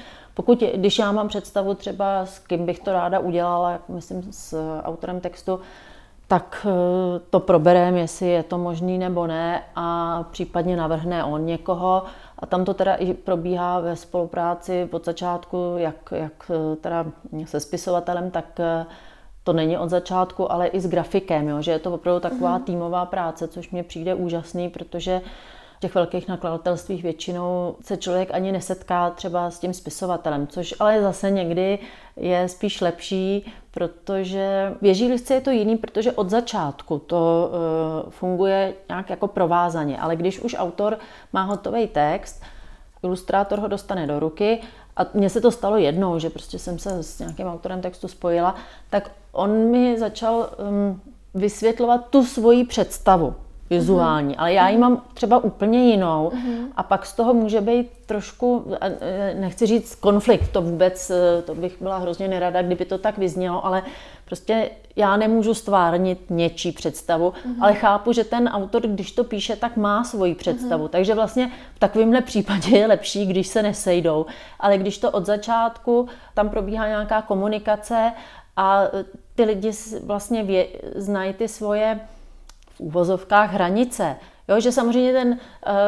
když já mám představu třeba, s kým bych to ráda udělala, myslím s autorem textu, tak to probereme, jestli je to možný nebo ne a případně navrhne on někoho. A tam to teda i probíhá ve spolupráci od začátku, jak teda se spisovatelem, tak to není od začátku, ale i s grafikem, jo? Že je to opravdu taková týmová práce, což mně přijde úžasný, protože v těch velkých nakladatelstvích většinou se člověk ani nesetká třeba s tím spisovatelem, což ale zase někdy je spíš lepší, protože v Běží lišce je to jiný, protože od začátku to funguje nějak jako provázaně, ale když už autor má hotový text, ilustrátor ho dostane do ruky a mně se to stalo jednou, že prostě jsem se s nějakým autorem textu spojila, tak on mi začal vysvětlovat tu svoji představu vizuální, ale já ji mám třeba úplně jinou a pak z toho může být trošku, nechci říct konflikt, to vůbec, to bych byla hrozně nerada, kdyby to tak vyznělo, ale prostě já nemůžu stvárnit něčí představu, ale chápu, že ten autor, když to píše, tak má svoji představu, takže vlastně v takovémhle případě je lepší, když se nesejdou, ale když to od začátku, tam probíhá nějaká komunikace a ty lidi vlastně znají ty svoje v uvozovkách hranice. Jo, že samozřejmě ten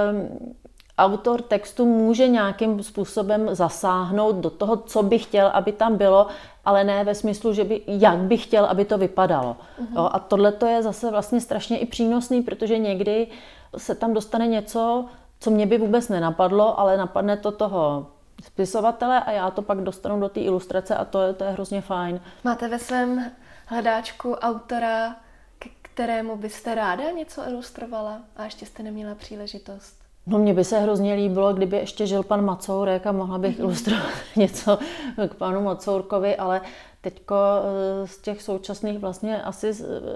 autor textu může nějakým způsobem zasáhnout do toho, co by chtěl, aby tam bylo, ale ne ve smyslu, že jak by chtěl, aby to vypadalo. Jo, a tohle to je zase vlastně strašně i přínosný, protože někdy se tam dostane něco, co mě by vůbec nenapadlo, ale napadne to toho spisovatele a já to pak dostanu do té ilustrace a to je hrozně fajn. Máte ve svém hledáčku autora, kterému byste ráda něco ilustrovala a ještě jste neměla příležitost? No mně by se hrozně líbilo, kdyby ještě žil pan Macourek a mohla bych ilustrovat něco k panu Macourkovi, ale teďko z těch současných vlastně asi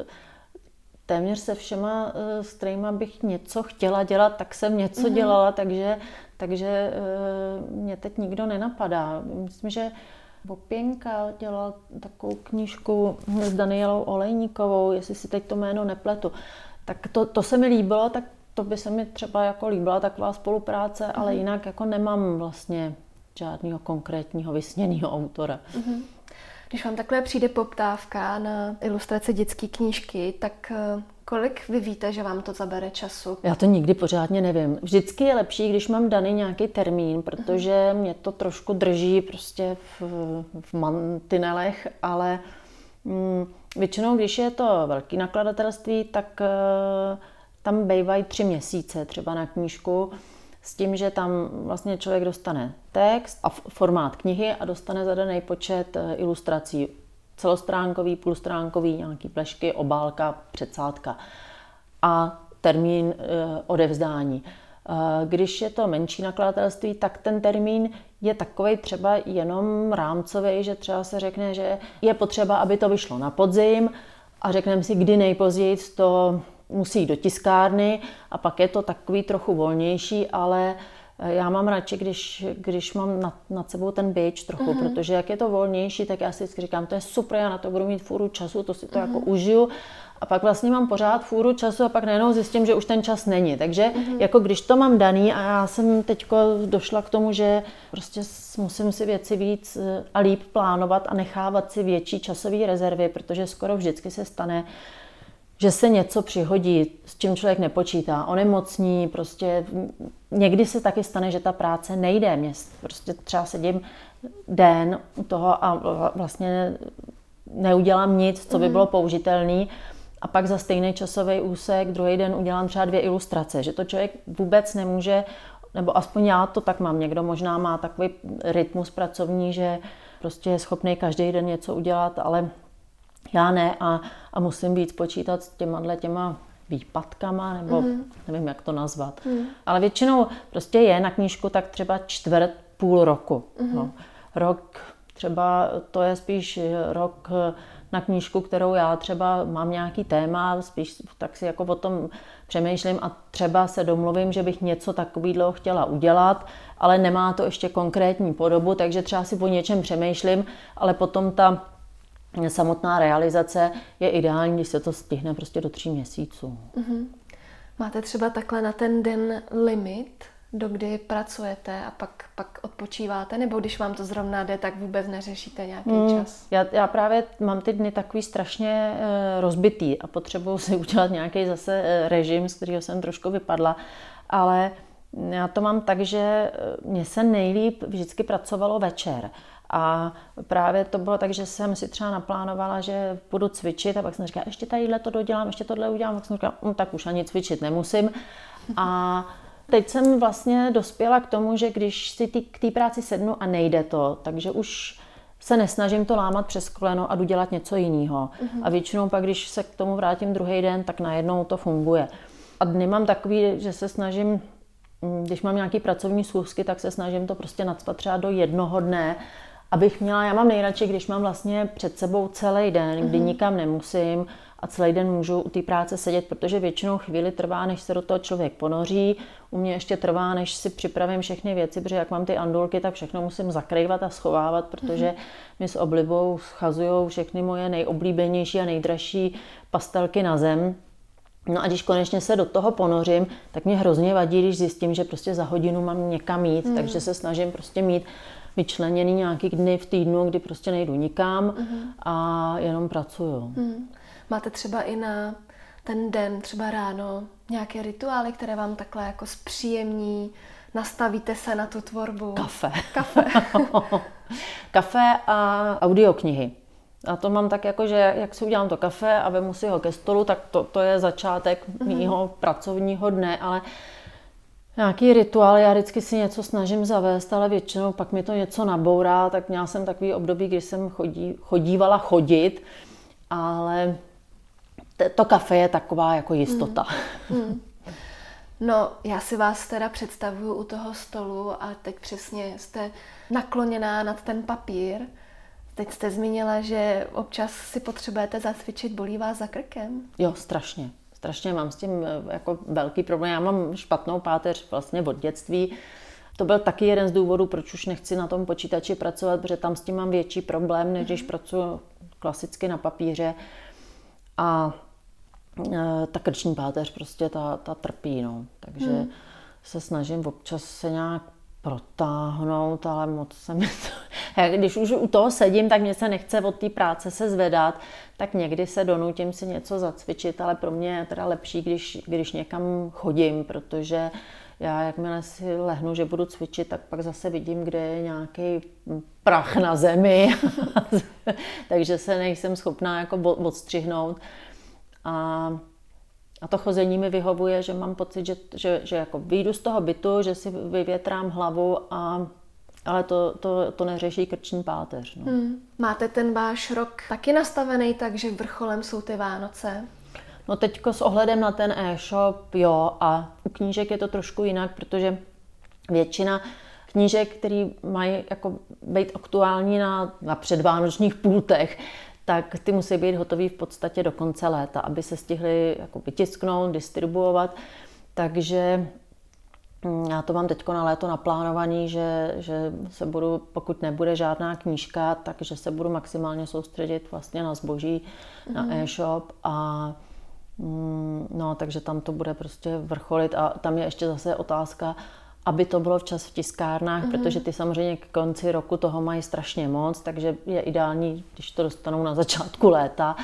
téměř se všema, s kterýma bych něco chtěla dělat, tak jsem něco dělala, takže mě teď nikdo nenapadá. Myslím, že Vopěnka dělal takovou knížku s Danielou Olejníkovou, jestli si teď to jméno nepletu. Tak to se mi líbilo, tak to by se mi třeba jako líbila taková spolupráce, ale jinak jako nemám vlastně žádného konkrétního vysněného autora. Když vám takhle přijde poptávka na ilustrace dětské knížky, tak kolik vy víte, že vám to zabere času? Já to nikdy pořádně nevím. Vždycky je lepší, když mám daný nějaký termín, protože mě to trošku drží prostě v mantinelech, ale většinou, když je to velký nakladatelství, tak tam bývají 3 měsíce třeba na knížku, s tím, že tam vlastně člověk dostane text a formát knihy a dostane zadaný počet ilustrací. Celostránkový, půlstránkový, nějaký plešky, obálka, předsádka a termín odevzdání. Když je to menší nakladatelství, tak ten termín je takovej třeba jenom rámcový, že třeba se řekne, že je potřeba, aby to vyšlo na podzim a řekneme si, kdy nejpozději to musí jít do tiskárny a pak je to takový trochu volnější, ale já mám radši, když mám nad sebou ten bič trochu, protože jak je to volnější, tak já si vždycky říkám, to je super, já na to budu mít fůru času, to si to jako užiju a pak vlastně mám pořád fůru času a pak najednou zjistím, že už ten čas není. Takže jako když to mám daný a já jsem teďko došla k tomu, že prostě musím si věci víc a líp plánovat a nechávat si větší časové rezervy, protože skoro vždycky se stane, že se něco přihodí, s čím člověk nepočítá, onemocní, prostě někdy se taky stane, že ta práce nejde. Mě prostě třeba sedím den u toho a vlastně neudělám nic, co by bylo použitelné a pak za stejný časový úsek druhý den udělám třeba 2 ilustrace, že to člověk vůbec nemůže, nebo aspoň já to tak mám, někdo možná má takový rytmus pracovní, že prostě je schopný každý den něco udělat, ale já ne a musím víc počítat s těma výpadkama, nebo nevím, jak to nazvat. Ale většinou prostě je na knížku tak třeba půl roku. No. Rok třeba, to je spíš rok na knížku, kterou já třeba mám nějaký téma, spíš tak si jako o tom přemýšlím a třeba se domluvím, že bych něco takového chtěla udělat, ale nemá to ještě konkrétní podobu, takže třeba si o něčem přemýšlím, ale potom ta samotná realizace je ideální, když se to stihne prostě do 3 měsíců. Máte třeba takhle na ten den limit, do kdy pracujete a pak odpočíváte, nebo když vám to zrovna jde, tak vůbec neřešíte nějaký čas? Já právě mám ty dny takový strašně rozbitý a potřebuji si udělat nějaký zase režim, z kterého jsem trošku vypadla, ale já to mám tak, že mně se nejlíp vždycky pracovalo večer. A právě to bylo tak, že jsem si třeba naplánovala, že budu cvičit a pak jsem říkala, ještě tadyhle to dodělám, ještě tohle udělám, pak jsem říkala, tak už ani cvičit nemusím. A teď jsem vlastně dospěla k tomu, že když si k té práci sednu a nejde to, takže už se nesnažím to lámat přes koleno a jdu dělat něco jiného. A většinou pak, když se k tomu vrátím druhý den, tak najednou to funguje. A dny mám takový, že se snažím když mám nějaký pracovní schůzky, tak se snažím to prostě nacpat třeba do jednoho dne, abych měla, já mám nejradši, když mám vlastně před sebou celý den, kdy nikam nemusím a celý den můžu u té práce sedět, protože většinou chvíli trvá, než se do toho člověk ponoří. U mě ještě trvá, než si připravím všechny věci, protože jak mám ty andulky, tak všechno musím zakrývat a schovávat, protože mi s oblibou schazujou všechny moje nejoblíbenější a nejdražší pastelky na zem. No a když konečně se do toho ponořím, tak mě hrozně vadí, když zjistím, že prostě za hodinu mám někam jít, takže se snažím prostě mít vyčleněný nějaký dny v týdnu, kdy prostě nejdu nikam a jenom pracuju. Máte třeba i na ten den, třeba ráno, nějaké rituály, které vám takhle jako zpříjemní, nastavíte se na tu tvorbu? Kafe. Kafe. Kafe a audioknihy. A to mám tak jako, že jak si udělám to kafe a vemu si ho ke stolu, tak to je začátek mýho pracovního dne, ale nějaký rituál, já vždycky si něco snažím zavést, ale většinou pak mi to něco nabourá, tak měla jsem takový období, kdy jsem chodívala chodit, ale to kafe je taková jako jistota. No, já si vás teda představuju u toho stolu a teď přesně jste nakloněná nad ten papír. Teď jste zmínila, že občas si potřebujete zacvičit, bolí vás za krkem? Jo, strašně. Strašně mám s tím jako velký problém. Já mám špatnou páteř vlastně od dětství. To byl taky jeden z důvodů, proč už nechci na tom počítači pracovat, protože tam s tím mám větší problém, než když pracuji klasicky na papíře. A ta krční páteř prostě ta trpí, no. Takže se snažím občas se nějak protáhnout, ale moc se mi to... Když už u toho sedím, tak mě se nechce od té práce se zvedat, tak někdy se donutím si něco zacvičit, ale pro mě je teda lepší, když někam chodím, protože já jakmile si lehnu, že budu cvičit, tak pak zase vidím, kde je nějaký prach na zemi, takže se nejsem schopná jako odstřihnout. A to chození mi vyhovuje, že mám pocit, že jako vyjdu z toho bytu, že si vyvětrám hlavu, ale to neřeší krční páteř. No. Máte ten váš rok taky nastavený tak, že vrcholem jsou ty Vánoce? No teďko s ohledem na ten e-shop, jo, a u knížek je to trošku jinak, protože většina knížek, které mají jako být aktuální na předvánočních pultech, tak ty musí být hotový v podstatě do konce léta, aby se stihly jako vytisknout, distribuovat. Takže já to mám teď na léto naplánovaný, že se budu, pokud nebude žádná knížka, takže se budu maximálně soustředit vlastně na zboží, na e-shop a no, takže tam to bude prostě vrcholit a tam je ještě zase otázka, aby to bylo včas v tiskárnách, protože ty samozřejmě k konci roku toho mají strašně moc, takže je ideální, když to dostanou na začátku léta.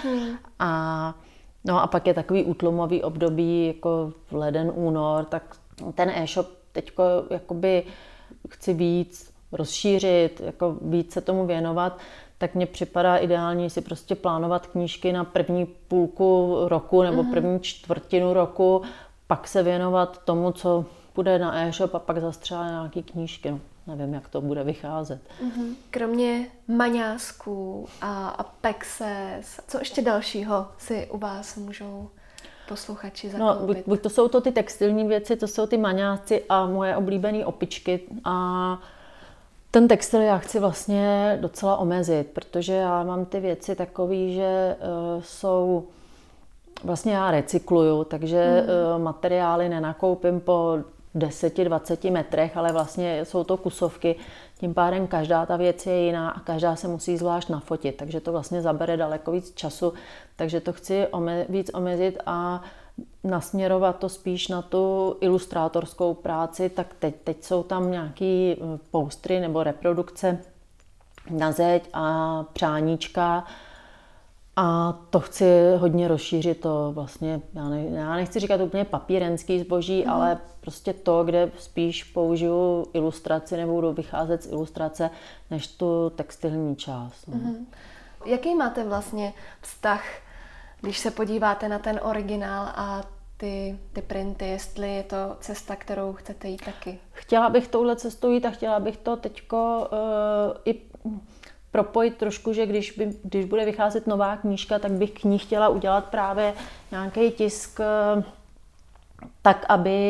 A pak je takový útlumový období, jako leden, únor, tak ten e-shop teďko jakoby chci víc rozšířit, jako víc se tomu věnovat, tak mně připadá ideální si prostě plánovat knížky na první půlku roku nebo první čtvrtinu roku, pak se věnovat tomu, co půjde na e-shop a pak zastřelá nějaký knížky. No, nevím, jak to bude vycházet. Kromě maňásků a pexes, co ještě dalšího si u vás můžou posluchači zakoupit? No, buď to jsou to ty textilní věci, to jsou ty maňáci a moje oblíbené opičky. A ten textil já chci vlastně docela omezit, protože já mám ty věci takový, že jsou... Vlastně já recykluju, takže materiály nenakoupím po 10-20 metrech, ale vlastně jsou to kusovky. Tím pádem každá ta věc je jiná a každá se musí zvlášť nafotit, takže to vlastně zabere daleko víc času. Takže to chci víc omezit a nasměrovat to spíš na tu ilustrátorskou práci. Tak teď jsou tam nějaký poustry nebo reprodukce na zeď a přáníčka. A to chci hodně rozšířit, to vlastně, já nechci říkat úplně papírenský zboží, ale prostě to, kde spíš použiju ilustraci nebo budu vycházet z ilustrace, než tu textilní část. No. Jaký máte vlastně vztah, když se podíváte na ten originál a ty printy, jestli je to cesta, kterou chcete jít taky? Chtěla bych touhle cestou jít a chtěla bych to teďko i propojit trošku, že když bude vycházet nová knížka, tak bych k ní chtěla udělat právě nějaký tisk tak, aby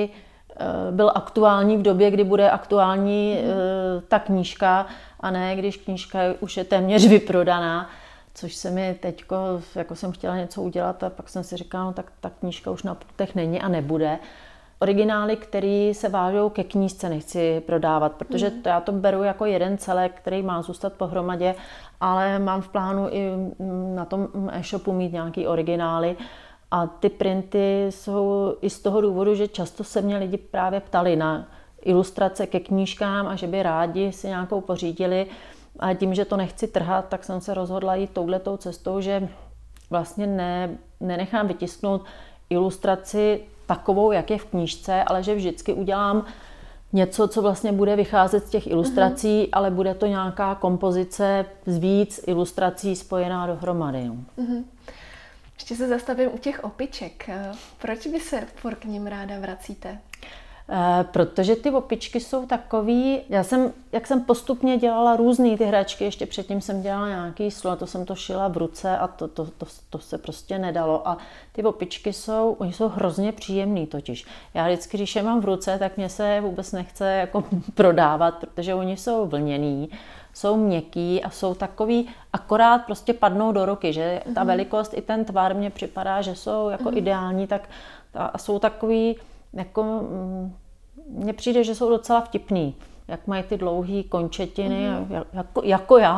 byl aktuální v době, kdy bude aktuální ta knížka, a ne když knížka už je téměř vyprodaná, což se mi teďko, jako jsem chtěla něco udělat a pak jsem si říkala, no tak ta knížka už na pultech není a nebude. Originály, které se vážou ke knížce, nechci prodávat, protože já to beru jako jeden celek, který má zůstat pohromadě, ale mám v plánu i na tom e-shopu mít nějaký originály. A ty printy jsou i z toho důvodu, že často se mě lidi právě ptali na ilustrace ke knížkám a že by rádi si nějakou pořídili. A tím, že to nechci trhat, tak jsem se rozhodla jít touhletou cestou, že vlastně nenechám vytisknout ilustraci takovou, jak je v knížce, ale že vždycky udělám něco, co vlastně bude vycházet z těch ilustrací, ale bude to nějaká kompozice z víc ilustrací spojená dohromady. Ještě se zastavím u těch opiček. Proč vy se furt k nim ráda vracíte? Protože ty opičky jsou takový, jak jsem postupně dělala různý ty hračky, ještě předtím jsem dělala nějaký slon, to jsem to šila v ruce a to se prostě nedalo. A ty opičky jsou hrozně příjemný totiž. Já vždycky, když je mám v ruce, tak mě se vůbec nechce jako prodávat, protože oni jsou vlněný, jsou měkký a jsou takový, akorát prostě padnou do ruky, že ta velikost i ten tvar mně připadá, že jsou jako ideální, tak a jsou takový, jako mně přijde, že jsou docela vtipný, jak mají ty dlouhé končetiny, jako já.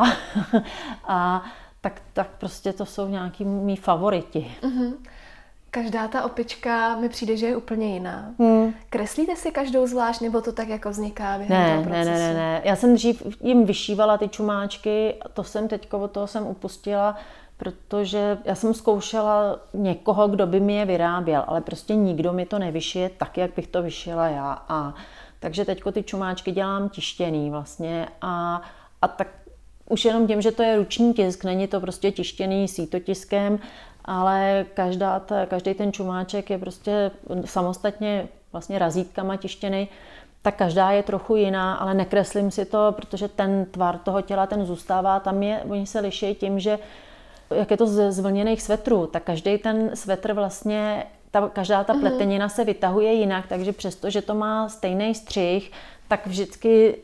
A tak prostě to jsou nějaký mý favoriti. Každá ta opička mi přijde, že je úplně jiná. Kreslíte si každou zvlášť, nebo to tak jako vzniká během toho procesu? Ne. Já jsem dřív jim vyšívala ty čumáčky, to jsem teďko od toho jsem upustila, protože já jsem zkoušela někoho, kdo by mi je vyráběl, ale prostě nikdo mi to nevyšije tak, jak bych to vyšila já. Takže teďko ty čumáčky dělám tištěný vlastně a tak už jenom tím, že to je ruční tisk, není to prostě tištěný sítotiskem, ale každý ten čumáček je prostě samostatně vlastně razítkama tištěný, tak každá je trochu jiná, ale nekreslím si to, protože ten tvar toho těla, ten zůstává, oni se liší tím, že jak je to z vlněných svetrů, tak každý ten svetr vlastně, každá ta pletenina se vytahuje jinak, takže přesto, že to má stejný střih, tak vždycky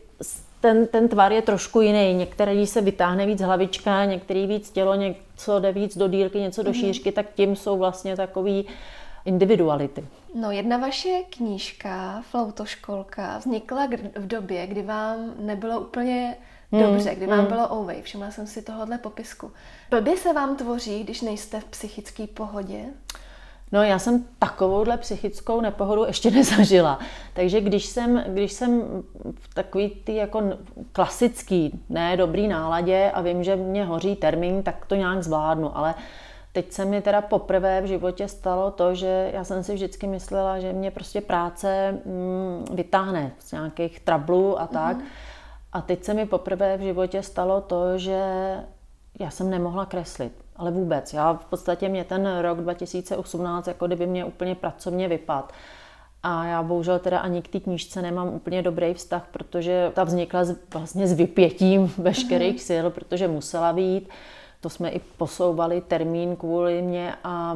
ten tvar je trošku jiný. Některý se vytáhne víc hlavička, některý víc tělo, něco jde víc do dýrky, něco do šířky, tak tím jsou vlastně takový individuality. No, jedna vaše knížka, Flautoškolka, vznikla v době, kdy vám nebylo úplně dobře, kdy vám bylo ouvej. Všimla jsem si tohohle popisku. Blbě se vám tvoří, když nejste v psychické pohodě? No, já jsem takovouhle psychickou nepohodu ještě nezažila. Takže když jsem v takový ty jako klasický, ne dobrý náladě a vím, že mě hoří termín, tak to nějak zvládnu. Ale teď se mi teda poprvé v životě stalo to, že já jsem si vždycky myslela, že mě prostě práce vytáhne z nějakých trablů a tak. A teď se mi poprvé v životě stalo to, že já jsem nemohla kreslit. Ale vůbec. V podstatě mě ten rok 2018 jako kdyby mě úplně pracovně vypadl. A já bohužel teda ani k té knížce nemám úplně dobrý vztah, protože ta vznikla vlastně s vypětím veškerých sil, protože musela vyjít. To jsme i posouvali termín kvůli mě,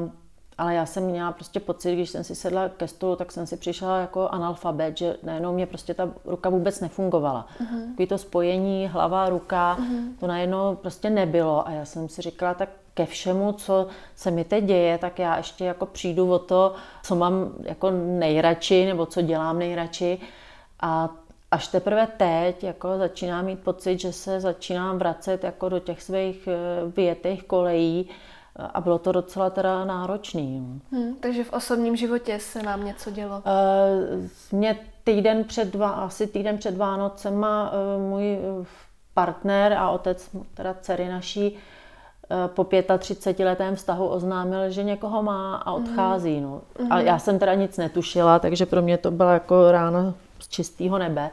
ale já jsem měla prostě pocit, když jsem si sedla ke stolu, tak jsem si přišla jako analfabet, že najednou mě prostě ta ruka vůbec nefungovala. Takový to spojení hlava, ruka, to najednou prostě nebylo a já jsem si říkala, tak ke všemu, co se mi teď děje, tak já ještě jako přijdu o to, co mám jako nejradši nebo co dělám nejradši a až teprve teď jako začínám mít pocit, že se začínám vracet jako do těch svých vyjetých kolejí a bylo to docela teda náročný. Takže v osobním životě se vám něco dělo? Mě asi týden před Vánocema můj partner a otec teda dcery naší po 35letém vztahu oznámil, že někoho má a odchází. No. A já jsem teda nic netušila, takže pro mě to byla jako rána z čistého nebe.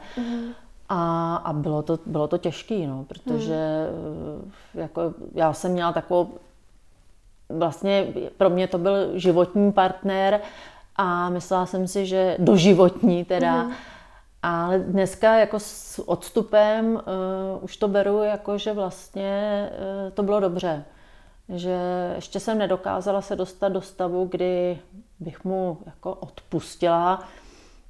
A bylo to těžký, no, protože jako já jsem měla takovou, vlastně pro mě to byl životní partner a myslela jsem si, že doživotní teda. Ale dneska jako s odstupem už to beru jako, že vlastně to bylo dobře. Že ještě jsem nedokázala se dostat do stavu, kdy bych mu jako odpustila,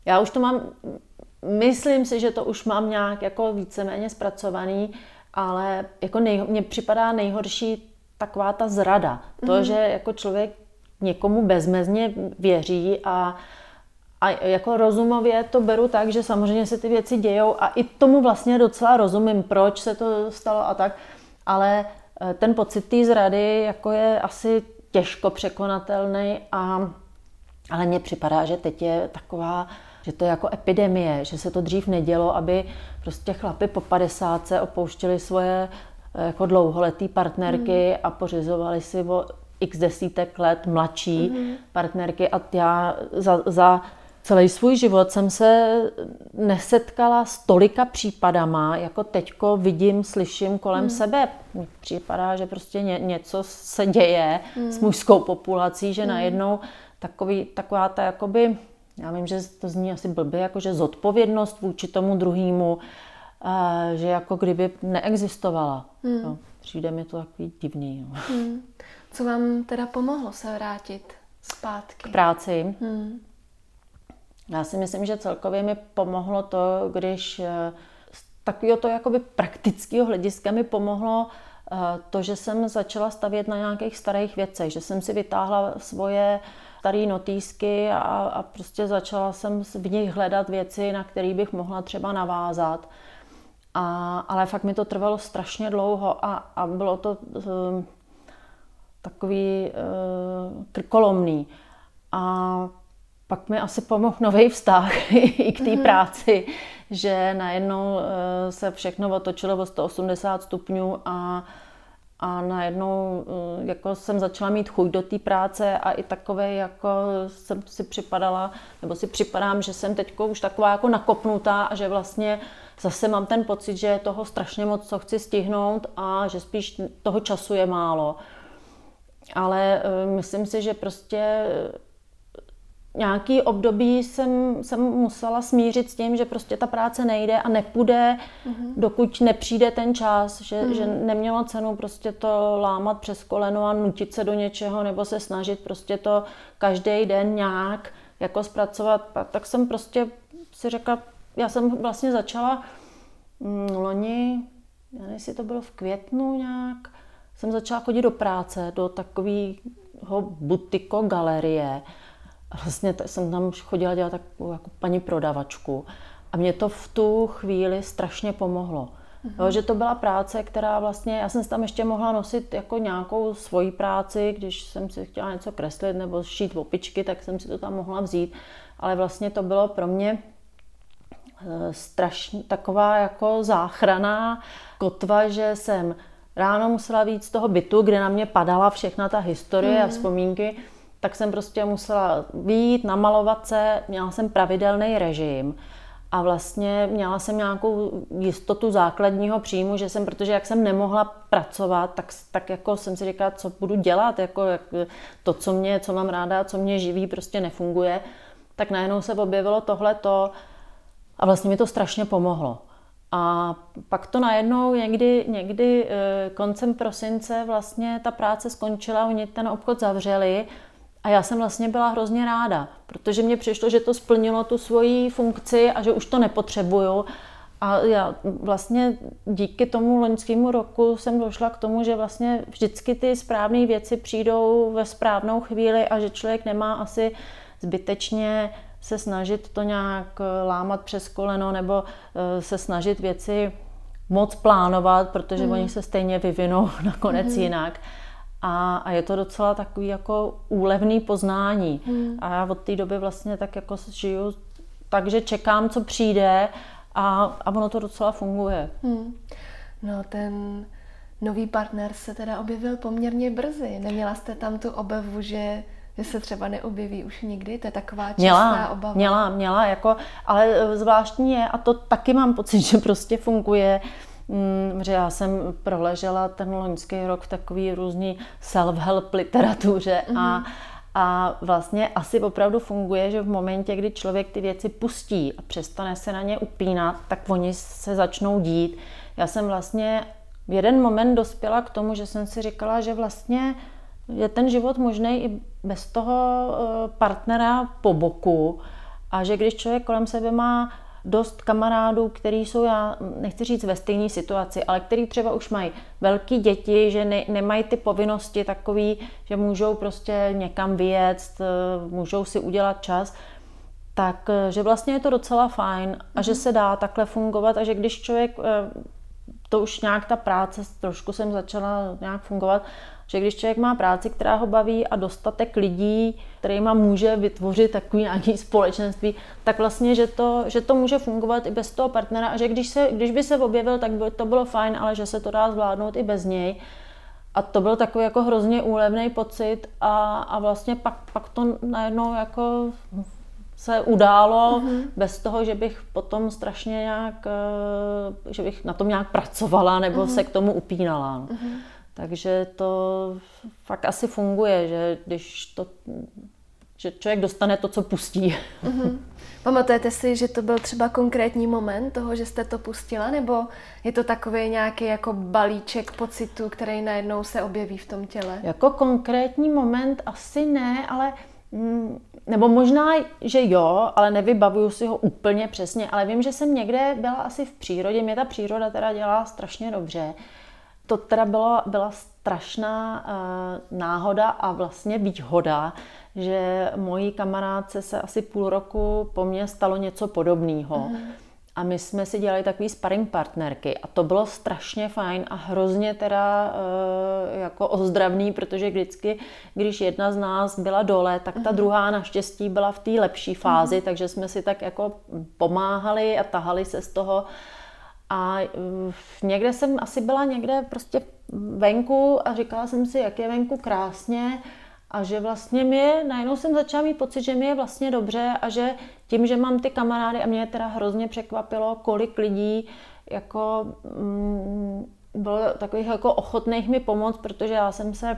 Já už to mám, myslím si, že to už mám nějak jako víceméně zpracovaný, ale jako mně připadá nejhorší taková ta zrada. To, že jako člověk někomu bezmezně věří a jako rozumově to beru tak, že samozřejmě se ty věci dějou a i tomu vlastně docela rozumím, proč se to stalo a tak, ale ten pocit té zrady jako je asi těžko překonatelný, ale mně připadá, že teď je taková, že to je jako epidemie, že se to dřív nedělo, aby prostě chlapi po 50 opouštěli svoje jako dlouholetý partnerky a pořizovali si o x desítek let mladší partnerky a já za celý svůj život jsem se nesetkala s tolika případama, jako teďko vidím, slyším kolem sebe. Mně připadá, že prostě něco se děje s mužskou populací, že najednou taková ta jakoby, já vím, že to zní asi blbě, jakože zodpovědnost vůči tomu druhému, že jako kdyby neexistovala. No, přijde mi to takový divný. No. Co vám teda pomohlo se vrátit zpátky? K práci. Já si myslím, že celkově mi pomohlo to, když z takového to jakoby praktického hlediska mi pomohlo to, že jsem začala stavět na nějakých starých věcech, že jsem si vytáhla svoje staré notýsky a prostě začala jsem v nich hledat věci, na které bych mohla třeba navázat. Ale fakt mi to trvalo strašně dlouho a bylo to takový krkolomný. A pak mi asi pomohl nový vztah i k té práci, že najednou se všechno otočilo o 180 stupňů a najednou jako jsem začala mít chuť do té práce a i takové jako jsem si připadala, nebo si připadám, že jsem teď už taková jako nakopnutá a že vlastně zase mám ten pocit, že je toho strašně moc, co chci stihnout a že spíš toho času je málo. Ale myslím si, že prostě nějaký období jsem musela smířit s tím, že prostě ta práce nejde a nepůjde, dokud nepřijde ten čas, že nemělo cenu prostě to lámat přes koleno a nutit se do něčeho nebo se snažit prostě to každý den nějak jako zpracovat. Tak jsem prostě si řekla, já jsem vlastně začala loni, já nevím, jestli to bylo v květnu nějak, jsem začala chodit do práce, do takového butiko galerie. A vlastně jsem tam chodila dělat takovou jako paní prodavačku. A mě to v tu chvíli strašně pomohlo. Jo, že to byla práce, která vlastně, já jsem si tam ještě mohla nosit jako nějakou svoji práci, když jsem si chtěla něco kreslit nebo šít opičky, tak jsem si to tam mohla vzít. Ale vlastně to bylo pro mě strašně taková jako záchranná kotva, že jsem ráno musela vyjít z toho bytu, kde na mě padala všechna ta historie a vzpomínky, tak jsem prostě musela vyjít, namalovat se, měla jsem pravidelný režim a vlastně měla jsem nějakou jistotu základního příjmu, že jsem, protože jak jsem nemohla pracovat, tak jako jsem si říkala, co budu dělat, jako to, co mám ráda, co mě živí, prostě nefunguje, tak najednou se objevilo tohleto a vlastně mi to strašně pomohlo. A pak to najednou někdy koncem prosince vlastně ta práce skončila, oni ten obchod zavřeli a já jsem vlastně byla hrozně ráda, protože mně přišlo, že to splnilo tu svoji funkci a že už to nepotřebuju. A já vlastně díky tomu loňskému roku jsem došla k tomu, že vlastně vždycky ty správné věci přijdou ve správnou chvíli a že člověk nemá asi zbytečně se snažit to nějak lámat přes koleno nebo se snažit věci moc plánovat, protože oni se stejně vyvinou nakonec jinak. A je to docela takový jako úlevný poznání. A já od té doby vlastně tak jako žiju, takže čekám, co přijde a ono to docela funguje. No ten nový partner se teda objevil poměrně brzy. Neměla jste tam tu obavu, že se třeba neobjeví už nikdy? To je taková častá obava. Měla, jako, ale zvláštní je, a to taky mám pocit, že prostě funguje, že já jsem proležela ten loňský rok v takový různý self-help literatuře a vlastně asi opravdu funguje, že v momentě, kdy člověk ty věci pustí a přestane se na ně upínat, tak oni se začnou dít. Já jsem vlastně v jeden moment dospěla k tomu, že jsem si říkala, že vlastně je ten život možný i bez toho partnera po boku a že když člověk kolem sebe má dost kamarádů, který jsou, já nechci říct ve stejné situaci, ale který třeba už mají velký děti, že nemají ty povinnosti takový, že můžou prostě někam vyjet, můžou si udělat čas, tak že vlastně je to docela fajn a že se dá takhle fungovat a že když člověk, to už nějak ta práce, trošku jsem začala nějak fungovat, že když člověk má práci, která ho baví a dostatek lidí, kterýma může vytvořit takový nějaký společenství, tak vlastně, že to může fungovat i bez toho partnera a že když by se objevil, tak by to bylo fajn, ale že se to dá zvládnout i bez něj. A to byl takový jako hrozně úlevný pocit a vlastně pak to najednou jako se událo bez toho, že bych potom strašně nějak, že bych na tom nějak pracovala nebo se k tomu upínala. Takže to fakt asi funguje, že že člověk dostane to, co pustí. Pamatujete si, že to byl třeba konkrétní moment toho, že jste to pustila, nebo je to takový nějaký jako balíček pocitů, který najednou se objeví v tom těle? Jako konkrétní moment asi ne, ale nebo možná, že jo, ale nevybavuju si ho úplně přesně, ale vím, že jsem někde byla asi v přírodě, mě ta příroda teda dělá strašně dobře. To teda byla strašná náhoda a vlastně výhoda, že mojí kamarádce se asi půl roku po mně stalo něco podobného. A my jsme si dělali takový sparring partnerky a to bylo strašně fajn a hrozně teda jako ozdravný, protože vždycky, když jedna z nás byla dole, tak ta druhá naštěstí byla v té lepší fázi, takže jsme si tak jako pomáhali a tahali se z toho. A někde jsem asi byla někde prostě venku a říkala jsem si, jak je venku krásně a že vlastně najednou jsem začala mít pocit, že mi je vlastně dobře a že tím, že mám ty kamarády a mě teda hrozně překvapilo, kolik lidí jako bylo takových jako ochotných mi pomoct, protože já jsem se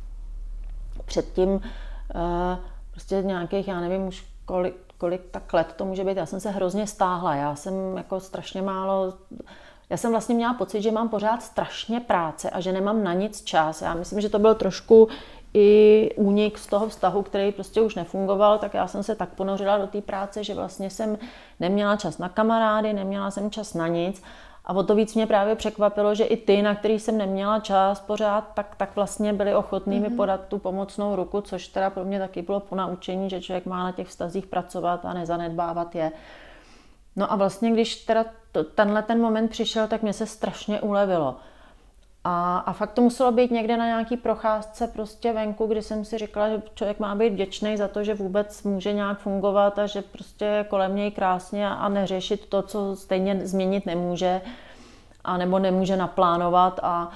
předtím prostě nějakých, já nevím už kolik tak let to může být, já jsem se hrozně stáhla, já jsem jako strašně málo, já jsem vlastně měla pocit, že mám pořád strašně práce a že nemám na nic čas. Já myslím, že to byl trošku i únik z toho vztahu, který prostě už nefungoval, tak já jsem se tak ponořila do té práce, že vlastně jsem neměla čas na kamarády, neměla jsem čas na nic. A o to víc mě právě překvapilo, že i ty, na který jsem neměla čas pořád, tak vlastně byli ochotní mi podat tu pomocnou ruku, což teda pro mě taky bylo ponaučení, že člověk má na těch vztazích pracovat a nezanedbávat je. No a vlastně, když teda tenhle ten moment přišel, tak mě se strašně ulevilo. A fakt to muselo být někde na nějaký procházce prostě venku, kdy jsem si říkala, že člověk má být vděčný za to, že vůbec může nějak fungovat a že prostě je kolem něj krásně a neřešit to, co stejně změnit nemůže a nebo nemůže naplánovat a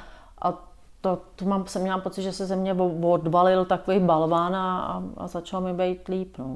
jsem měla pocit, že se ze mě odvalil takový balván a začalo mi být líp. No.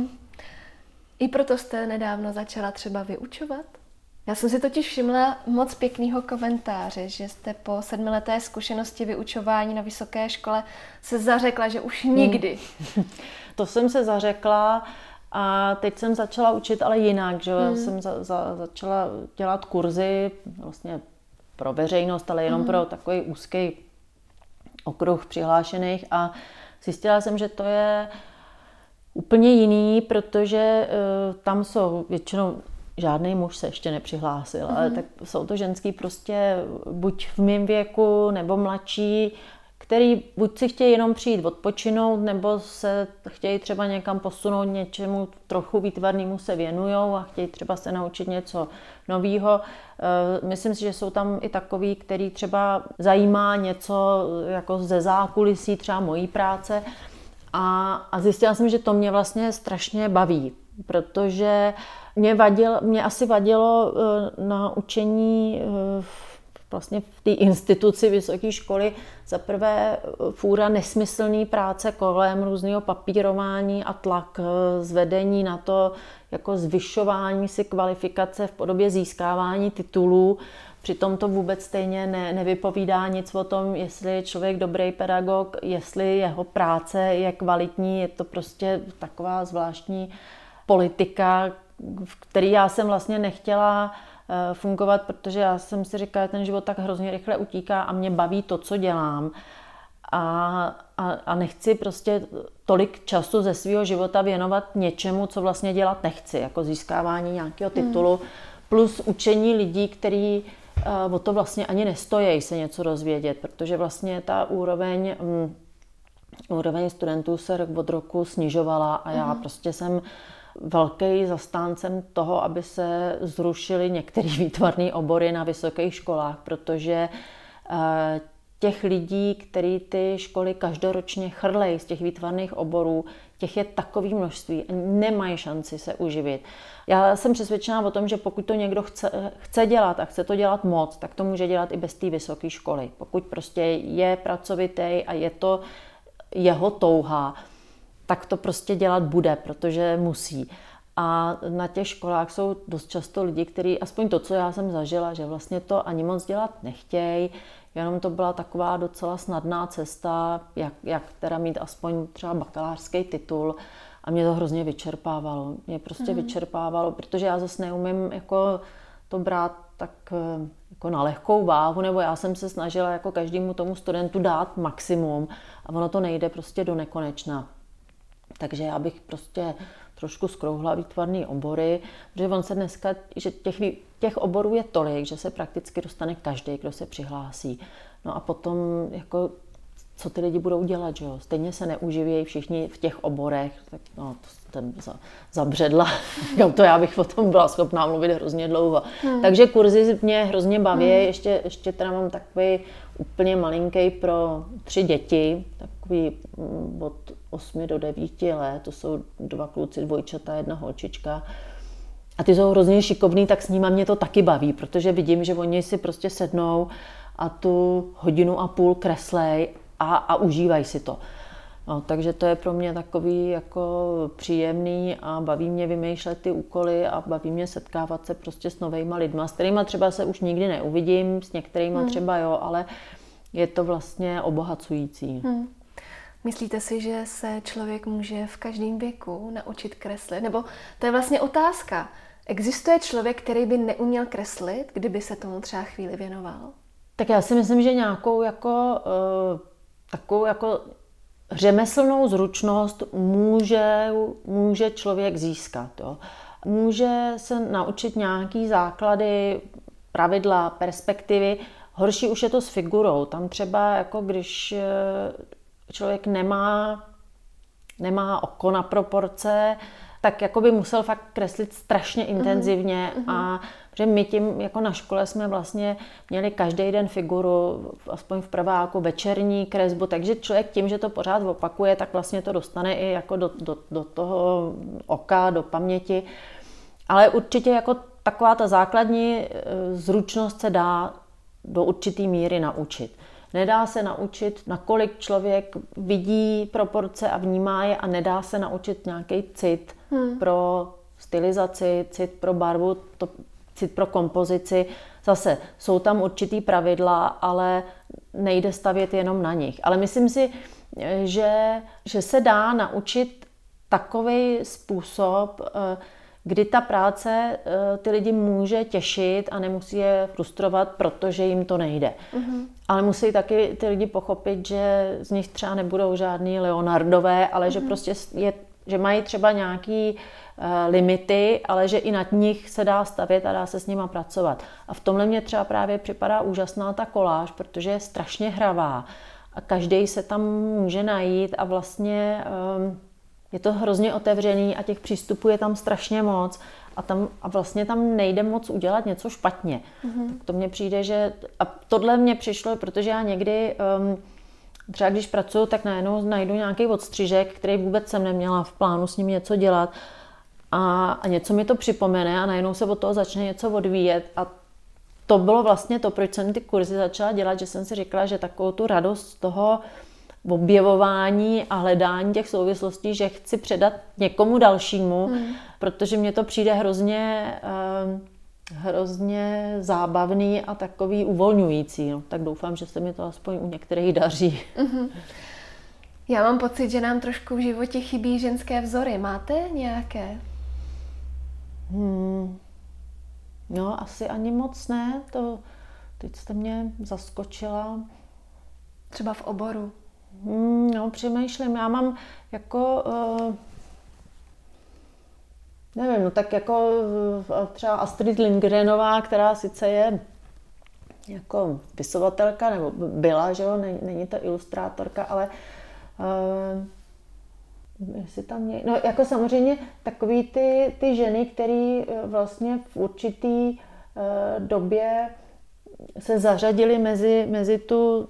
I proto jste nedávno začala třeba vyučovat? Já jsem si totiž všimla moc pěknýho komentáře, že jste po 7leté zkušenosti vyučování na vysoké škole se zařekla, že už nikdy. To jsem se zařekla a teď jsem začala učit, ale jinak, že jsem začala dělat kurzy vlastně pro veřejnost, ale jenom pro takový úzký okruh přihlášených a zjistila jsem, že to je úplně jiný, protože tam jsou většinou žádný muž se ještě nepřihlásil, ale tak jsou to ženský prostě buď v mém věku nebo mladší, který buď si chtějí jenom přijít odpočinout, nebo se chtějí třeba někam posunout, něčemu trochu výtvarnému se věnujou a chtějí třeba se naučit něco nového. Myslím si, že jsou tam i takový, který třeba zajímá něco jako ze zákulisí třeba mojí práce a zjistila jsem, že to mě vlastně strašně baví, protože mě asi vadilo na učení vlastně v té instituci vysoké školy za prvé fůra nesmyslný práce kolem různého papírování a tlak zvedení na to, jako zvyšování si kvalifikace v podobě získávání titulů. Přitom to vůbec stejně nevypovídá nic o tom, jestli je člověk dobrý pedagog, jestli jeho práce je kvalitní, je to prostě taková zvláštní politika, v který já jsem vlastně nechtěla fungovat, protože já jsem si říkala, že ten život tak hrozně rychle utíká a mě baví to, co dělám. A a nechci prostě tolik času ze svého života věnovat něčemu, co vlastně dělat nechci, jako získávání nějakého titulu, plus učení lidí, kteří o to vlastně ani nestojí se něco dozvědět, protože vlastně ta úroveň studentů se od roku snižovala a já prostě jsem velký zastáncem toho, aby se zrušily některé výtvarné obory na vysokých školách, protože těch lidí, který ty školy každoročně chrlejí z těch výtvarných oborů, těch je takový množství a nemají šanci se uživit. Já jsem přesvědčená o tom, že pokud to někdo chce dělat a chce to dělat moc, tak to může dělat i bez té vysoké školy. Pokud prostě je pracovitý a je to jeho touha, tak to prostě dělat bude, protože musí. A na těch školách jsou dost často lidi, kteří, aspoň to, co já jsem zažila, že vlastně to ani moc dělat nechtějí, jenom to byla taková docela snadná cesta, jak teda mít aspoň třeba bakalářský titul. A mě to hrozně vyčerpávalo. Mě prostě vyčerpávalo, protože já zase neumím jako to brát tak jako na lehkou váhu, nebo já jsem se snažila jako každému tomu studentu dát maximum a ono to nejde prostě do nekonečna. Takže já bych prostě trošku zkrouhla výtvarné obory, protože on se dneska, že těch oborů je tolik, že se prakticky dostane každý, kdo se přihlásí. No a potom jako co ty lidi budou dělat, že jo? Stejně se neuživějí všichni v těch oborech, tak no, to jsem zabředla. To já bych o tom byla schopná mluvit hrozně dlouho. Takže kurzy mě hrozně baví, ještě teda mám takový úplně malinký pro 3 děti, takový od 8 do 9 let, to jsou 2 kluci, dvojčata, 1 holčička. A ty jsou hrozně šikovný, tak s nima mě to taky baví, protože vidím, že oni si prostě sednou a tu 1,5 hodiny kreslej a užívají si to. No, takže to je pro mě takový jako příjemný a baví mě vymýšlet ty úkoly a baví mě setkávat se prostě s novejma lidma, s kterýma třeba se už nikdy neuvidím, s některýma třeba jo, ale je to vlastně obohacující. Myslíte si, že se člověk může v každém věku naučit kreslit? Nebo to je vlastně otázka. Existuje člověk, který by neuměl kreslit, kdyby se tomu třeba chvíli věnoval? Tak já si myslím, že nějakou jako takovou jako řemeslnou zručnost může člověk získat. Jo. Může se naučit nějaký základy, pravidla, perspektivy. Horší už je to s figurou. Tam třeba, jako když člověk nemá oko na proporce, tak jako by musel fakt kreslit strašně intenzivně a že my tím jako na škole jsme vlastně měli každý den figuru, aspoň v prváku, večerní kresbu, takže člověk tím, že to pořád opakuje, tak vlastně to dostane i jako do toho oka, do paměti. Ale určitě jako taková ta základní zručnost se dá do určitý míry naučit. Nedá se naučit, nakolik člověk vidí proporce a vnímá je a nedá se naučit nějaký cit pro stylizaci, cit pro barvu, cit pro kompozici. Zase jsou tam určitý pravidla, ale nejde stavět jenom na nich. Ale myslím si, že se dá naučit takový způsob, kdy ta práce ty lidi může těšit a nemusí je frustrovat, protože jim to nejde. Ale musí taky ty lidi pochopit, že z nich třeba nebudou žádný Leonardové, ale že prostě že mají třeba nějaký limity, ale že i nad nich se dá stavět a dá se s nima pracovat. A v tomhle mě třeba právě připadá úžasná ta koláž, protože je strašně hravá a každý se tam může najít a vlastně je to hrozně otevřený a těch přístupů je tam strašně moc a vlastně tam nejde moc udělat něco špatně. Tak to mně přijde, že a tohle mně přišlo, protože já někdy třeba když pracuju, tak najednou najdu nějaký odstřižek, který vůbec jsem neměla v plánu s ním něco dělat a něco mi to připomene a najednou se od toho začne něco odvíjet a to bylo vlastně to, proč jsem ty kurzy začala dělat, že jsem si říkala, že takovou tu radost z toho objevování a hledání těch souvislostí, že chci předat někomu dalšímu, protože mně to přijde hrozně zábavný a takový uvolňující. No, tak doufám, že se mi to aspoň u některých daří. Já mám pocit, že nám trošku v životě chybí ženské vzory. Máte nějaké? No, asi ani moc ne. Teď jste mě zaskočila. Třeba v oboru. No, přemýšlím. Já mám jako, nevím, no tak jako třeba Astrid Lindgrenová, která sice je jako spisovatelka, nebo byla, že jo, není to ilustrátorka, ale jestli tam no jako samozřejmě takový ty ženy, které vlastně v určitý době se zařadily mezi tu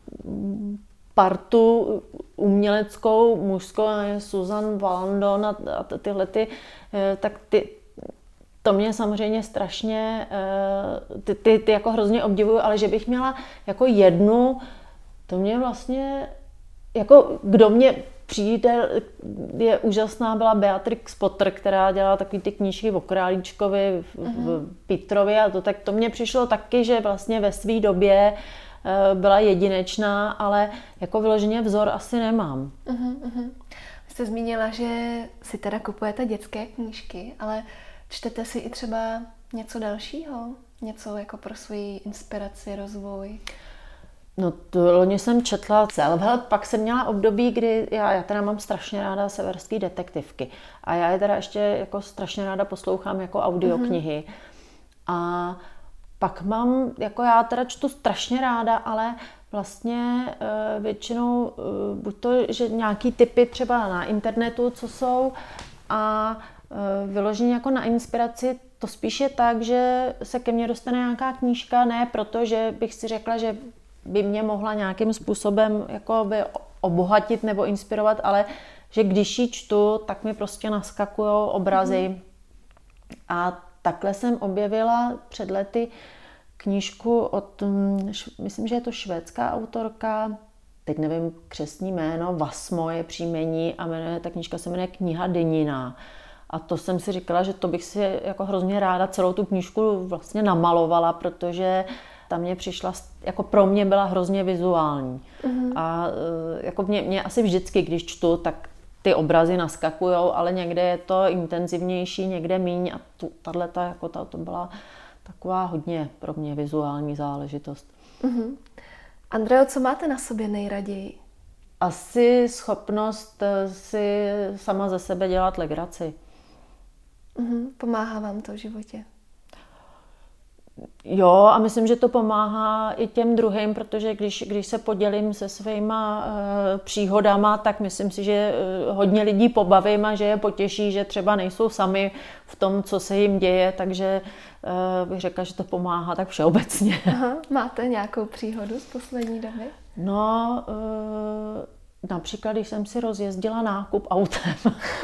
partu uměleckou, mužskou, Susan Valandon a tyhle tak to mě samozřejmě strašně, ty jako hrozně obdivuju, ale že bych měla jako jednu, to mě vlastně, jako kdo mě přijde, je úžasná, byla Beatrix Potter, která dělala takový ty knížky o Králíčkovi v Petrovi a tak to mně přišlo taky, že vlastně ve své době byla jedinečná, ale jako vyloženě vzor asi nemám. Jste zmínila, že si teda kupujete dětské knížky, ale čtete si i třeba něco dalšího? Něco jako pro svoji inspiraci, rozvoj? No loni jsem četla self-help, pak jsem měla období, kdy já teda mám strašně ráda severské detektivky a já je teda ještě jako strašně ráda poslouchám jako audioknihy. A pak mám, jako já teda čtu strašně ráda, ale vlastně většinou buď to, že nějaký typy třeba na internetu, co jsou a vyloženě jako na inspiraci, to spíš je tak, že se ke mně dostane nějaká knížka, ne protože bych si řekla, že by mě mohla nějakým způsobem jakoby obohatit nebo inspirovat, ale že když ji čtu, tak mi prostě naskakujou obrazy. A takhle jsem objevila před lety knížku od, myslím, že je to švédská autorka, teď nevím křestní jméno, Vasmo je příjmení a ta knížka se jmenuje Kniha denina. A to jsem si říkala, že to bych si jako hrozně ráda celou tu knížku vlastně namalovala, protože ta mě přišla, jako pro mě byla hrozně vizuální. A jako mě asi vždycky, když čtu, tak ty obrazy naskakujou, ale někde je to intenzivnější, někde míň a tato jako to byla taková hodně pro mě vizuální záležitost. Andreo, co máte na sobě nejraději? Asi schopnost si sama ze sebe dělat legraci. Pomáhá vám to v životě? Jo, a myslím, že to pomáhá i těm druhým, protože když se podělím se svýma příhodama, tak myslím si, že hodně lidí pobavím a že je potěší, že třeba nejsou sami v tom, co se jim děje, takže bych řekla, že to pomáhá tak všeobecně. Máte nějakou příhodu z poslední doby? No, například, když jsem si rozjezdila nákup autem.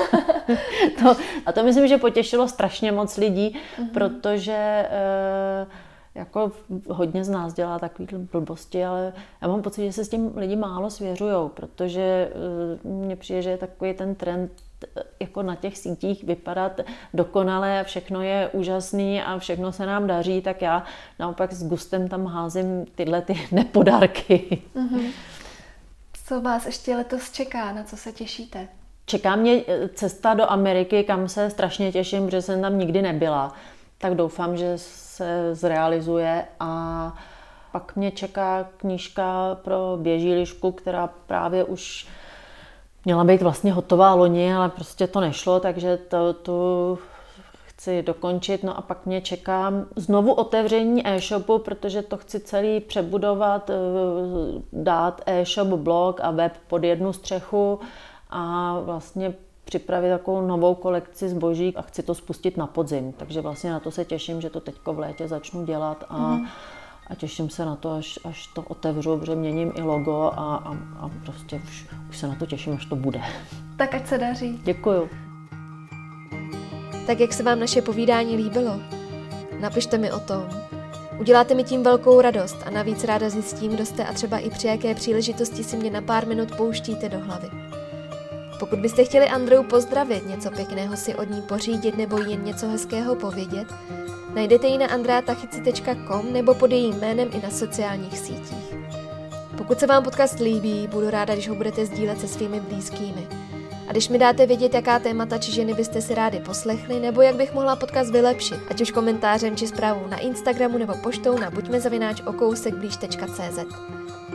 to myslím, že potěšilo strašně moc lidí, protože jako hodně z nás dělá takové blbosti, ale já mám pocit, že se s tím lidi málo svěřujou, protože mně přijde, že je takový ten trend jako na těch sítích vypadat dokonale a všechno je úžasný a všechno se nám daří, tak já naopak s gustem tam házím tyhle ty nepodarky. Co vás ještě letos čeká, na co se těšíte? Čeká mě cesta do Ameriky, kam se strašně těším, protože jsem tam nikdy nebyla. Tak doufám, že se zrealizuje a pak mě čeká knížka pro Běží lišku, která právě už měla být vlastně hotová loni, ale prostě to nešlo, takže tu chci dokončit. No a pak mě čeká znovu otevření e-shopu, protože to chci celý přebudovat, dát e-shop, blog a web pod jednu střechu a vlastně připravit takovou novou kolekci zboží a chci to spustit na podzim. Takže vlastně na to se těším, že to teďko v létě začnu dělat a těším se na to, až to otevřu, protože měním i logo a prostě už se na to těším, až to bude. Tak ať se daří. Děkuju. Tak jak se vám naše povídání líbilo? Napište mi o tom. Uděláte mi tím velkou radost a navíc ráda zjistím, kdo jste a třeba i při jaké příležitosti si mě na pár minut pouštíte do hlavy. Pokud byste chtěli Andreu pozdravit, něco pěkného si od ní pořídit nebo jen něco hezkého povědět, najdete ji na andreatachyci.com nebo pod jejím jménem i na sociálních sítích. Pokud se vám podcast líbí, budu ráda, když ho budete sdílet se svými blízkými. A když mi dáte vědět, jaká témata či ženy byste si rádi poslechli, nebo jak bych mohla podcast vylepšit, ať už komentářem či zprávou na Instagramu nebo poštou na buďme@okousekblíž.cz.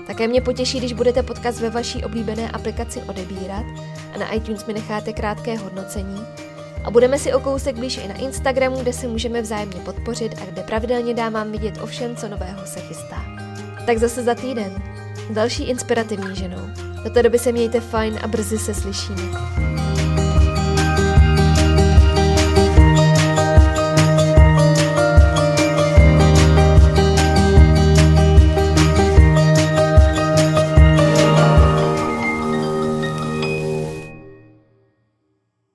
Také mě potěší, když budete podcast ve vaší oblíbené aplikaci odebírat a na iTunes mi necháte krátké hodnocení. A budeme si o kousek blíž i na Instagramu, kde se můžeme vzájemně podpořit a kde pravidelně dám vám vidět o všem, co nového se chystá. Tak zase za týden. Další inspirativní ženou. Do té doby se mějte fajn a brzy se slyšíme.